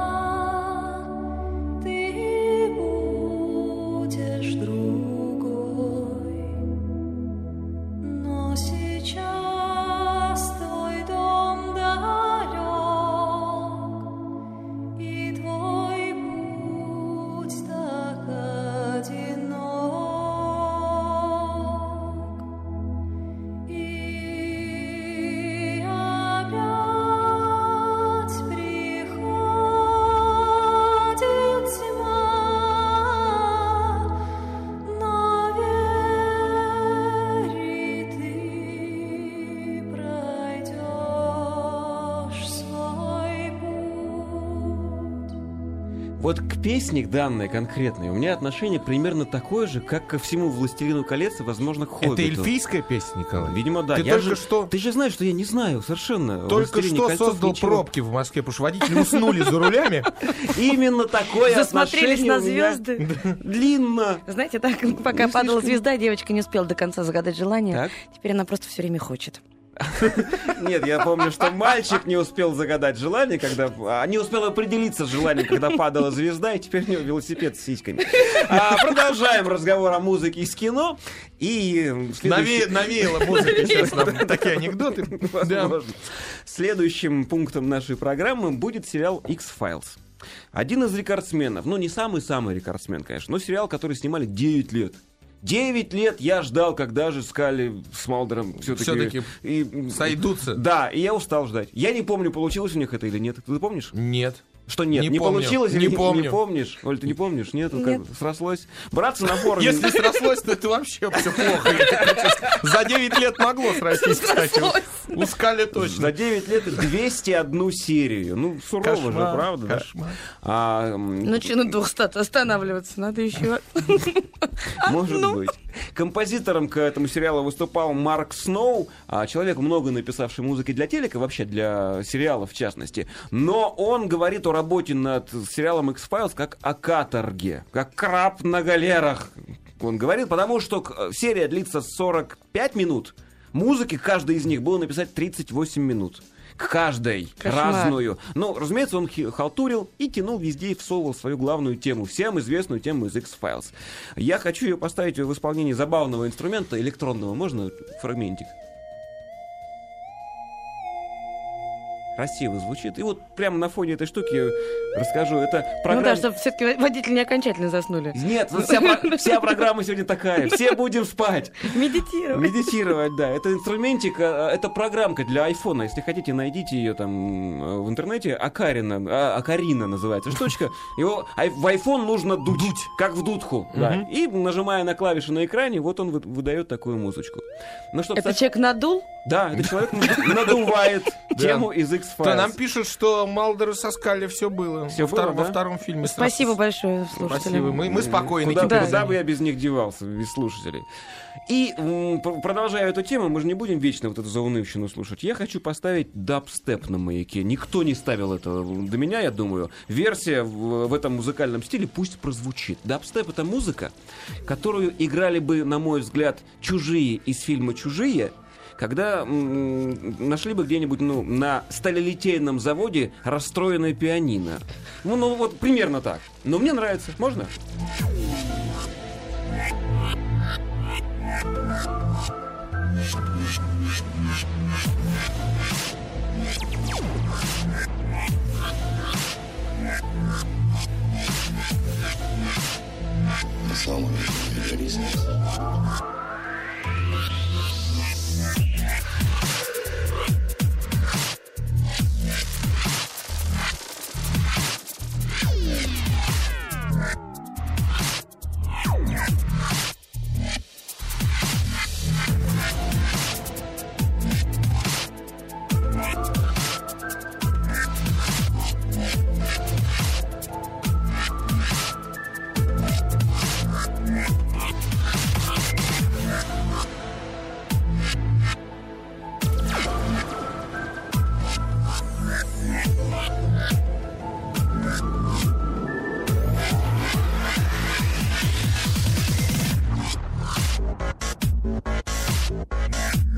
ты будешь другой, но сейчас твой дом далек, и твой путь так одинок. И опять приходит тьма, но верь, ты пройдешь свой путь. Вот к песне данной конкретной у меня отношение примерно такое же, как ко всему «Властелину колец» и, возможно, к «Хоббиту». Это эльфийская песня, Николай? Видимо, да. Ты Я только же... что... Ты же знаешь, что я не знаю совершенно. Только «Властелине что кольцов» создал ничего. пробки в Москве, потому что водители уснули за рулями. Именно такое Засмотрелись отношение на у меня звезды. длинно. Знаете, так, пока Не падала слишком. звезда, девочка не успела до конца загадать желание. Так. Теперь она просто все время хочет. Нет, я помню, что мальчик не успел загадать желание, когда... не успел определиться с желанием, когда падала звезда, и теперь у него велосипед с сиськами. Продолжаем разговор о музыке из кино. И Навеяла музыка сейчас нам такие анекдоты. возможно. Следующим пунктом нашей программы будет сериал X-Files. Один из рекордсменов, ну не самый-самый рекордсмен, конечно, но сериал, который снимали 9 лет. 9 лет я ждал, когда же Скали с Малдером все-таки Сойдутся. Да, и я устал ждать. Я не помню, получилось у них это или нет. Ты помнишь? Нет. Что нет? Не Не помню. получилось Не или помню. не помнишь? Оль, ты не помнишь? Нет? Нет. Срослось? Браться на форуме. Если срослось, то это вообще все плохо. Я тебе хочу сказать. За 9 лет могло срослись, кстати. У Скали За точно. 9 лет 201 серию. Ну, сурово же, Кошмар, правда? да? кошмар. Ну что на 200 останавливаться? Надо еще. Может быть. Композитором к этому сериалу выступал Марк Сноу, человек, много написавший музыки для телека, вообще для сериалов в частности. Но он говорит о работе над сериалом X-Files как о каторге, как краб на галерах. Он говорит, потому что серия длится 45 минут. Музыки каждой из них было написать 38 минут. К каждой Кошмар. разную. Ну, разумеется, он халтурил и тянул везде и всовывал свою главную тему, всем известную тему из X-Files. Я хочу ее поставить в исполнении забавного инструмента электронного. Можно фрагментик? Красиво звучит. И вот прямо на фоне этой штуки я расскажу. Это Ну программа... да, чтобы все-таки водители не окончательно заснули. Нет, вся программа сегодня такая. Все будем спать. Медитировать. Медитировать, да. Это инструментик, это программка для айфона. Если хотите, найдите ее там в интернете. Акарина называется штучка. Его в iPhone нужно дуть, как в дудку. Да. И нажимая на клавиши на экране, вот он выдает такую музычку. Ну, чтоб Это человек надул? Да, это человек надувает тему из X-Files. То нам пишут, что Малдеру со Скали все было. Всё было, Во да? втором фильме. Спасибо большое, Спасибо. слушателям. Мы спокойны. Куда бы я без них девался, без слушателей. И продолжая эту тему, мы же не будем вечно вот эту заунывщину слушать. Я хочу поставить дабстеп на маяке. Никто не ставил это до меня, я думаю. Версия в этом музыкальном стиле пусть прозвучит. Дабстеп — это музыка, которую играли бы, на мой взгляд, чужие из фильма «Чужие», когда нашли бы где-нибудь на сталелитейном заводе расстроенное пианино. Ну, вот примерно так. Но мне нравится. Можно?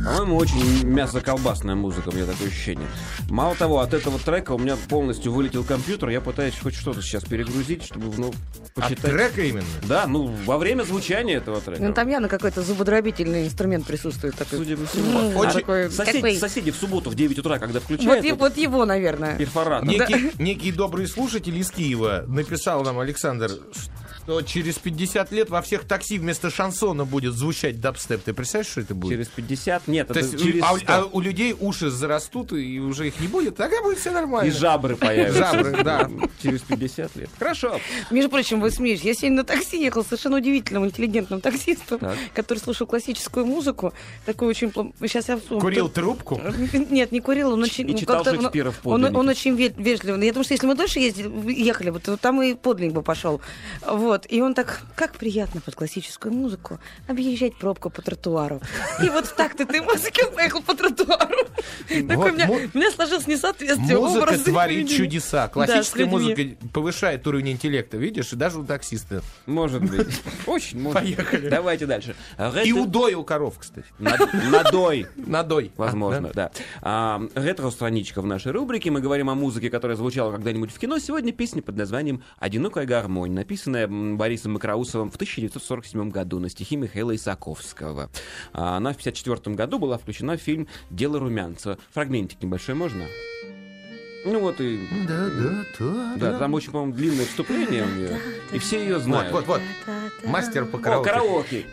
По-моему, очень мясо-колбасная музыка, у меня такое ощущение. Мало того, от этого трека у меня полностью вылетел компьютер, я пытаюсь хоть что-то сейчас перегрузить, чтобы, почитать. От трека именно? Да, во время звучания этого трека. Ну, там явно какой-то зубодробительный инструмент присутствует. Такой. Судя по всему. Соседи в субботу в 9 утра, когда включают... Вот его, наверное. Перфоратор. Некий добрый слушатель из Киева написал нам, Александр, что через 50 лет во всех такси вместо шансона будет звучать дабстеп. Ты представляешь, что это будет? Через 50? Нет, То это есть, через 100. а у людей уши зарастут, и уже их не будет, тогда будет все нормально. И жабры появятся. Жабры, да. Через 50 лет. Хорошо. Между прочим, вы смеетесь. Я сегодня на такси ехал с совершенно удивительным, интеллигентным таксистом, который слушал классическую музыку. Такой очень... Сейчас я... Курил трубку? Нет, не курил. Он очень... И читал Шекспира в подлиннике. Он очень вежливый. Я думаю, что если мы дольше ехали, то там и подлинник бы пошел. Вот. И он так, как приятно под классическую музыку объезжать пробку по тротуару. И вот в такт этой музыки он поехал по тротуару. У меня сложилось несоответствие. Музыка творит чудеса. Классическая музыка повышает уровень интеллекта, видишь, и даже у таксиста. Может быть. Очень может. Поехали. Давайте дальше. И удоил коров, кстати. Надой. Надой. Возможно, да. Ретро-страничка в нашей рубрике. Мы говорим о музыке, которая звучала когда-нибудь в кино. Сегодня песня под названием «Одинокая гармонь», написанная Борисом Макроусовым в 1947 году на стихи Михаила Исаковского. Она в 1954 году была включена в фильм «Дело Румянцева». Фрагментик небольшой можно? Ну вот и... Да, там очень, по-моему, длинное вступление у нее. И все ее знают. Вот. Мастер по караоке. Караоке.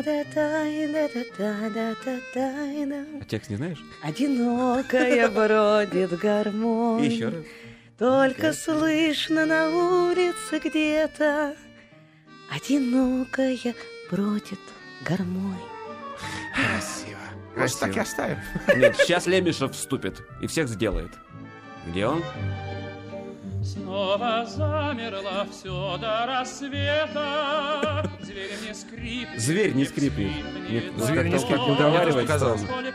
А текст не знаешь? Одинокая бродит гармонь. Еще раз. Только слышно на улице где-то. Одинокая бродит гармонь. Красиво. Может, так и оставим? Нет, сейчас Лемешев вступит и всех сделает. Где он? Снова замерло все до рассвета. Зверь не скрипнет. Зверь не скрипнет. Зверь не скрипнет. Уговаривать Сказал.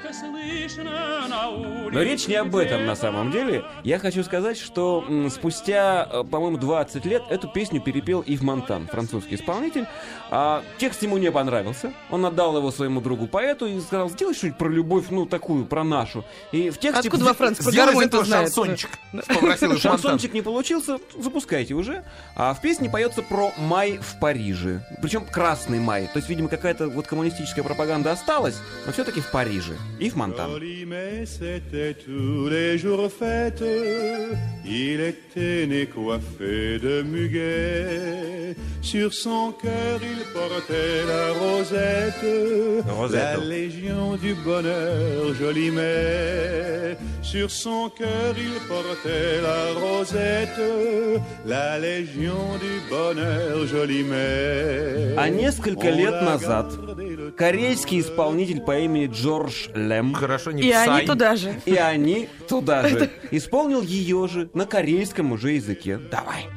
Но речь не об этом на самом деле. Я хочу сказать, что спустя, по-моему, 20 лет эту песню перепел Ив Монтан, французский исполнитель. Текст ему не понравился. Он отдал его своему другу-поэту и сказал: сделай что-нибудь про любовь, такую, про нашу. И в тексте... Откуда во Франции про сделай из гармонь этого знает? шансончик. Попросил Ив Монтан. Шансончик не получился, запускайте уже. А в песне поется про май в Париже. Причем красный май. То есть, видимо, какая-то вот коммунистическая пропаганда осталась, но все-таки в Париже. Ив Монтан. C'était tous les jours fête. Il était né coiffé de muguet. Sur son cœur il portait la rosette. La légion du bonheur, joli mai. Sur son cœur il portait la rosette. La légion du bonheur, joli mai. А несколько лет назад корейский исполнитель по имени Джордж Лем, Хорошо, не И Псай. они туда же. и они туда же, исполнил ее же на корейском уже языке. Давай.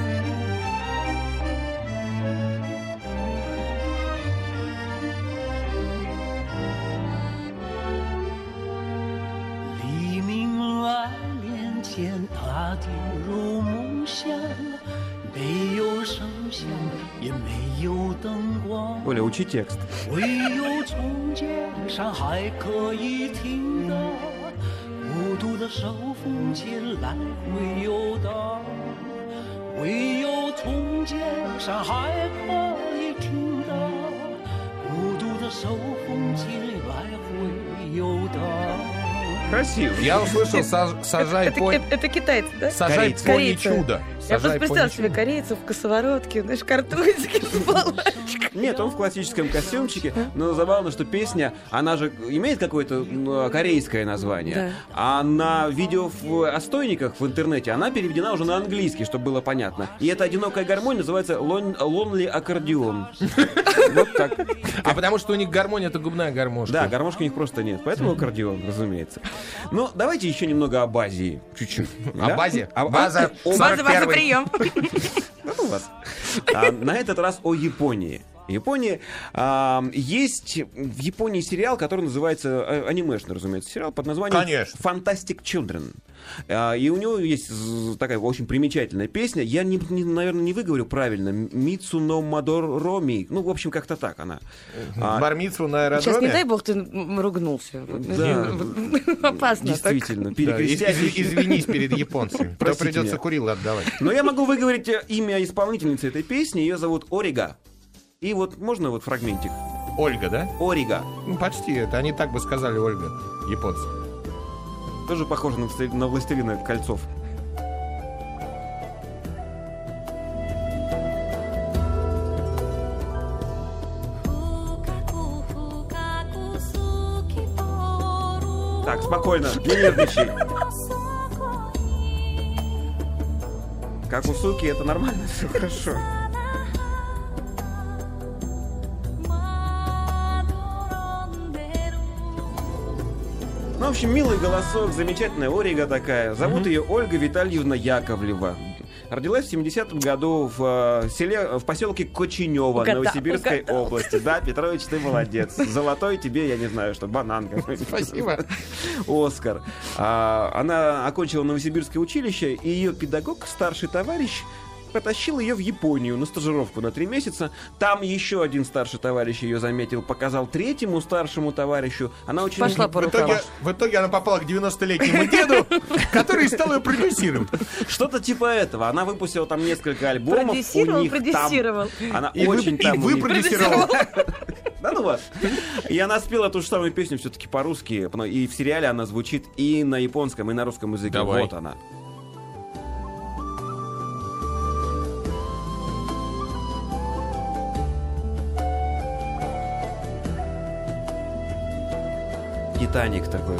Оля, учи текст. 唯有从前山还可以听到孤独的手风琴来回游荡，唯有从前山还可以听到孤独的手风琴来回游荡。 Красиво. Я услышал «Сажай пони». Это китайцы, да? Сажай пони Корейцы. чудо. Я просто Сажай представила пони себе корейцев в косоворотке, знаешь, картузики с палочкой. Нет, он в классическом костюмчике, но забавно, что песня, она же имеет какое-то корейское название, Да. а на видео в отстойниках в интернете она переведена уже на английский, чтобы было понятно. И эта одинокая гармонь называется «Lonely аккордеон». Вот так. А потому что у них гармония — это губная гармошка. Да, гармошки у них просто нет, поэтому аккордеон, разумеется. Но давайте еще немного об Азии, чуть-чуть. О базе. О База о- 41-й. Прием. у вас. На этот раз о Японии. Японии. Есть в Японии сериал, который называется, анимешный, разумеется, сериал под названием «Fantastic Children». И у него есть такая очень примечательная песня. Я, наверное, не выговорю правильно. «Митсуно Мадороми». Ну, в общем, как-то так она. Бар-мицву на аэродроме? Сейчас, не дай бог, ты ругнулся. Да. Опасно. Действительно. Извинись перед японцами. То придется Курилу отдавать. Но я могу выговорить имя исполнительницы этой песни. Ее зовут Орига. И вот можно вот фрагментик? Ольга, да? Орига. Ну, почти. Это они так бы сказали, Ольга, японцы. Тоже похоже на «Властелина кольцов». Так, спокойно, не нервничай. Как у суки, это нормально, все хорошо. Ну, в общем, милый голосок, замечательная Орига такая. Зовут ее Ольга Витальевна Яковлева. Родилась в 70-м году в поселке Коченево, Новосибирской области. Да, Петрович, ты молодец. Золотой тебе, я не знаю, что, банан какой-нибудь. Спасибо. Оскар. Она окончила Новосибирское училище, и ее педагог, старший товарищ, потащил ее в Японию на стажировку на 3 месяца. Там еще один старший товарищ ее заметил, показал третьему старшему товарищу. Она очень... Пошла по рукам. В итоге она попала к 90-летнему деду, который стал ее продюсировать. Что-то типа этого. Она выпустила там несколько альбомов. Продюсировал. Она очень там... Вы продюсировал. Да ну вас. И она спела ту же самую песню все-таки по-русски. И в сериале она звучит и на японском, и на русском языке. Давай. Вот она. Титаник такой.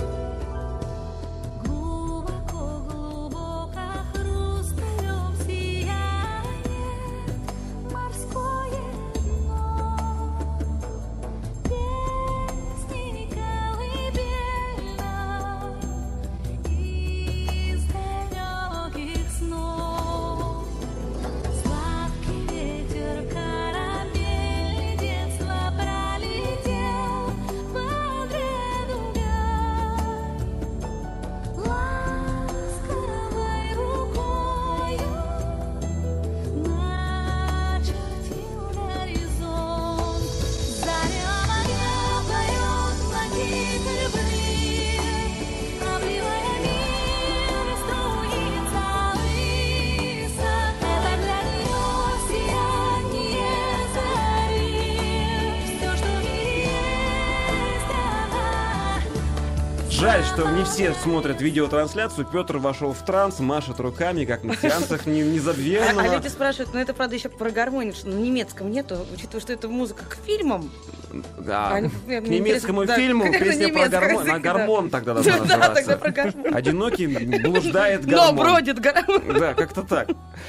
Жаль, что не все смотрят видеотрансляцию. Петр вошел в транс, машет руками, как на сеансах незабвенного. А люди спрашивают, ну это правда еще про гармонию, что на немецком нету, учитывая, что это музыка к фильмам. Да, к немецкому фильму песня про гормон. На гормон тогда должна называться. Да, тогда про гормон. Одинокий блуждает гормон. Но бродит гормон. Да, как-то так.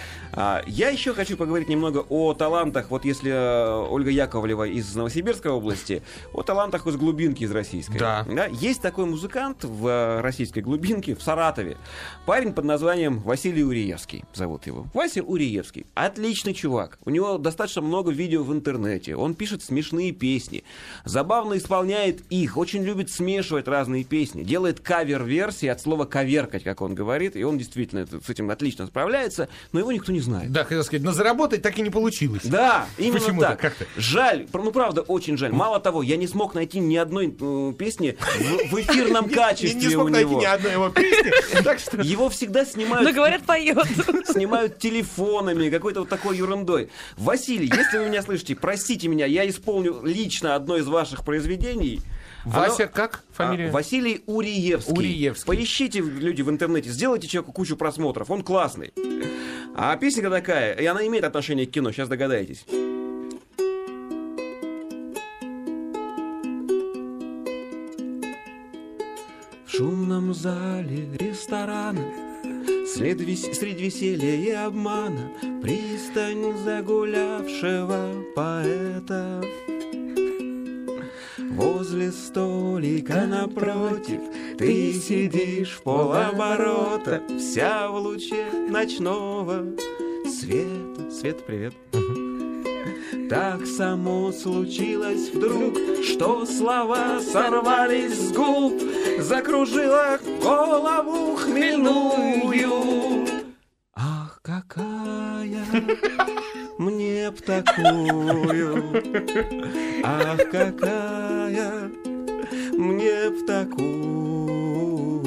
Я еще хочу поговорить немного о талантах. Вот если Ольга Яковлева из Новосибирской области, о талантах из глубинки, из российской. Да. Есть такой музыкант в российской глубинке, в Саратове. Парень под названием Василий Уриевский. Зовут его. Вася Уриевский. Отличный чувак. У него достаточно много видео в интернете. Он пишет смешные песни. Забавно исполняет их. Очень любит смешивать разные песни. Делает кавер-версии от слова «коверкать», как он говорит. И он действительно с этим отлично справляется. Но его никто не знает. Да, хотел сказать, но заработать так и не получилось. Да, именно почему-то, так. как-то. Жаль, ну правда, очень жаль. Мало того, я не смог найти ни одной песни в эфирном качестве не у смог найти него. ни одной его песни. Так что... Его всегда снимают... Ну, говорят, поет. Снимают телефонами, какой-то вот такой ерундой. Василий, если вы меня слышите, простите меня, я исполню лично одно из ваших произведений. Вася, как фамилия? Василий Уриевский. Уриевский. Поищите, люди, в интернете, сделайте человеку кучу просмотров, он классный. А песня такая, и она имеет отношение к кино, сейчас догадаетесь. В шумном зале ресторана, среди веселья и обмана, пристань загулявшего поэта. Возле столика напротив ты сидишь в полоборота, вся в луче ночного света. Свет, привет. Так само случилось вдруг, что слова сорвались с губ, закружила голову хмельную. Ах, какая мне б такую, ах, какая мне б такую.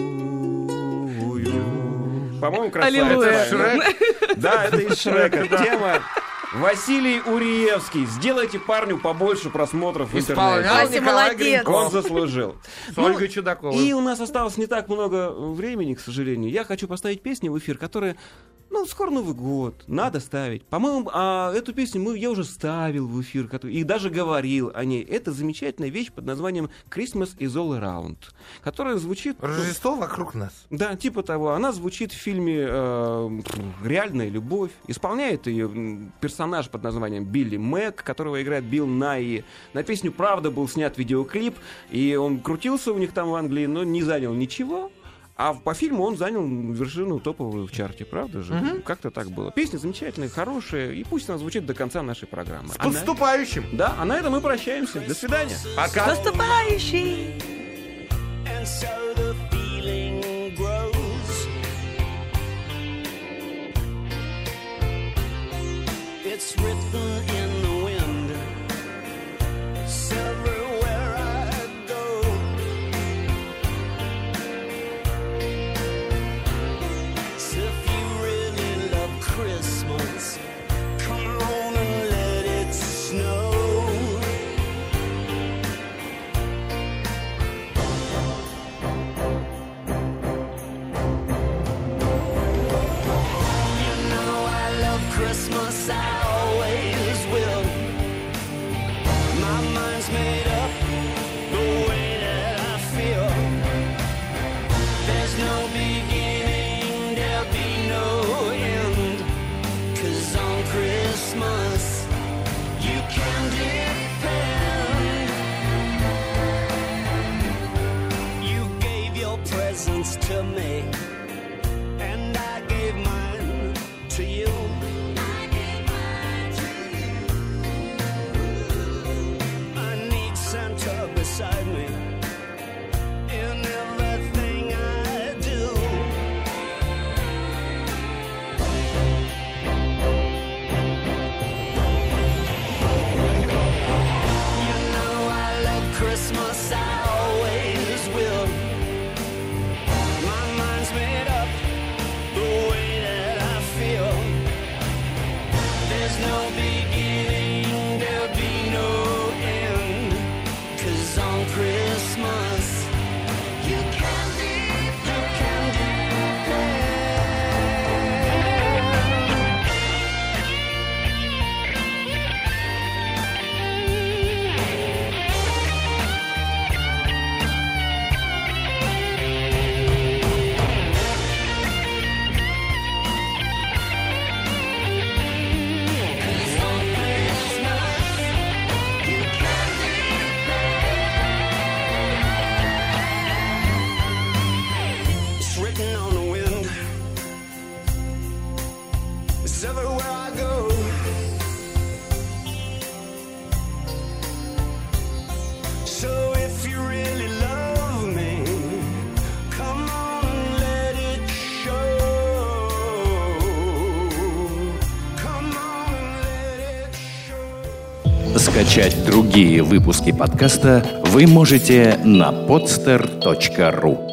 По-моему, красавица. Шрек. Да, это из Шрека. Тема. Василий Уриевский. Сделайте парню побольше просмотров в интернете. Вася, молодец. Он заслужил. С Ольгой Чудаковой. И у нас осталось не так много времени, к сожалению. Я хочу поставить песню в эфир, которая... скоро Новый год, надо ставить. По-моему, эту песню я уже ставил в эфир, и даже говорил о ней. Это замечательная вещь под названием «Christmas is all around», которая звучит... Рождество вокруг нас. Да, типа того. Она звучит в фильме «Реальная любовь». Исполняет ее персонаж под названием Билли Мэг, которого играет Билл Найи. На песню, правда, был снят видеоклип, и он крутился у них там в Англии, но не занял ничего. А по фильму он занял вершину топовую в чарте, правда же? Как-то так было. Песня замечательная, хорошая, и пусть она звучит до конца нашей программы. С наступающим! Да, а на этом мы прощаемся. До свидания. Пока! С наступающим! To me, and I gave mine to you. I need Santa beside me in everything I do. You know I love Christmas, I always will. Made up the way that I feel. There's no beginning, there'll be no end. 'Cause on Christmas you can Скачать другие выпуски подкаста вы можете на podster.ru.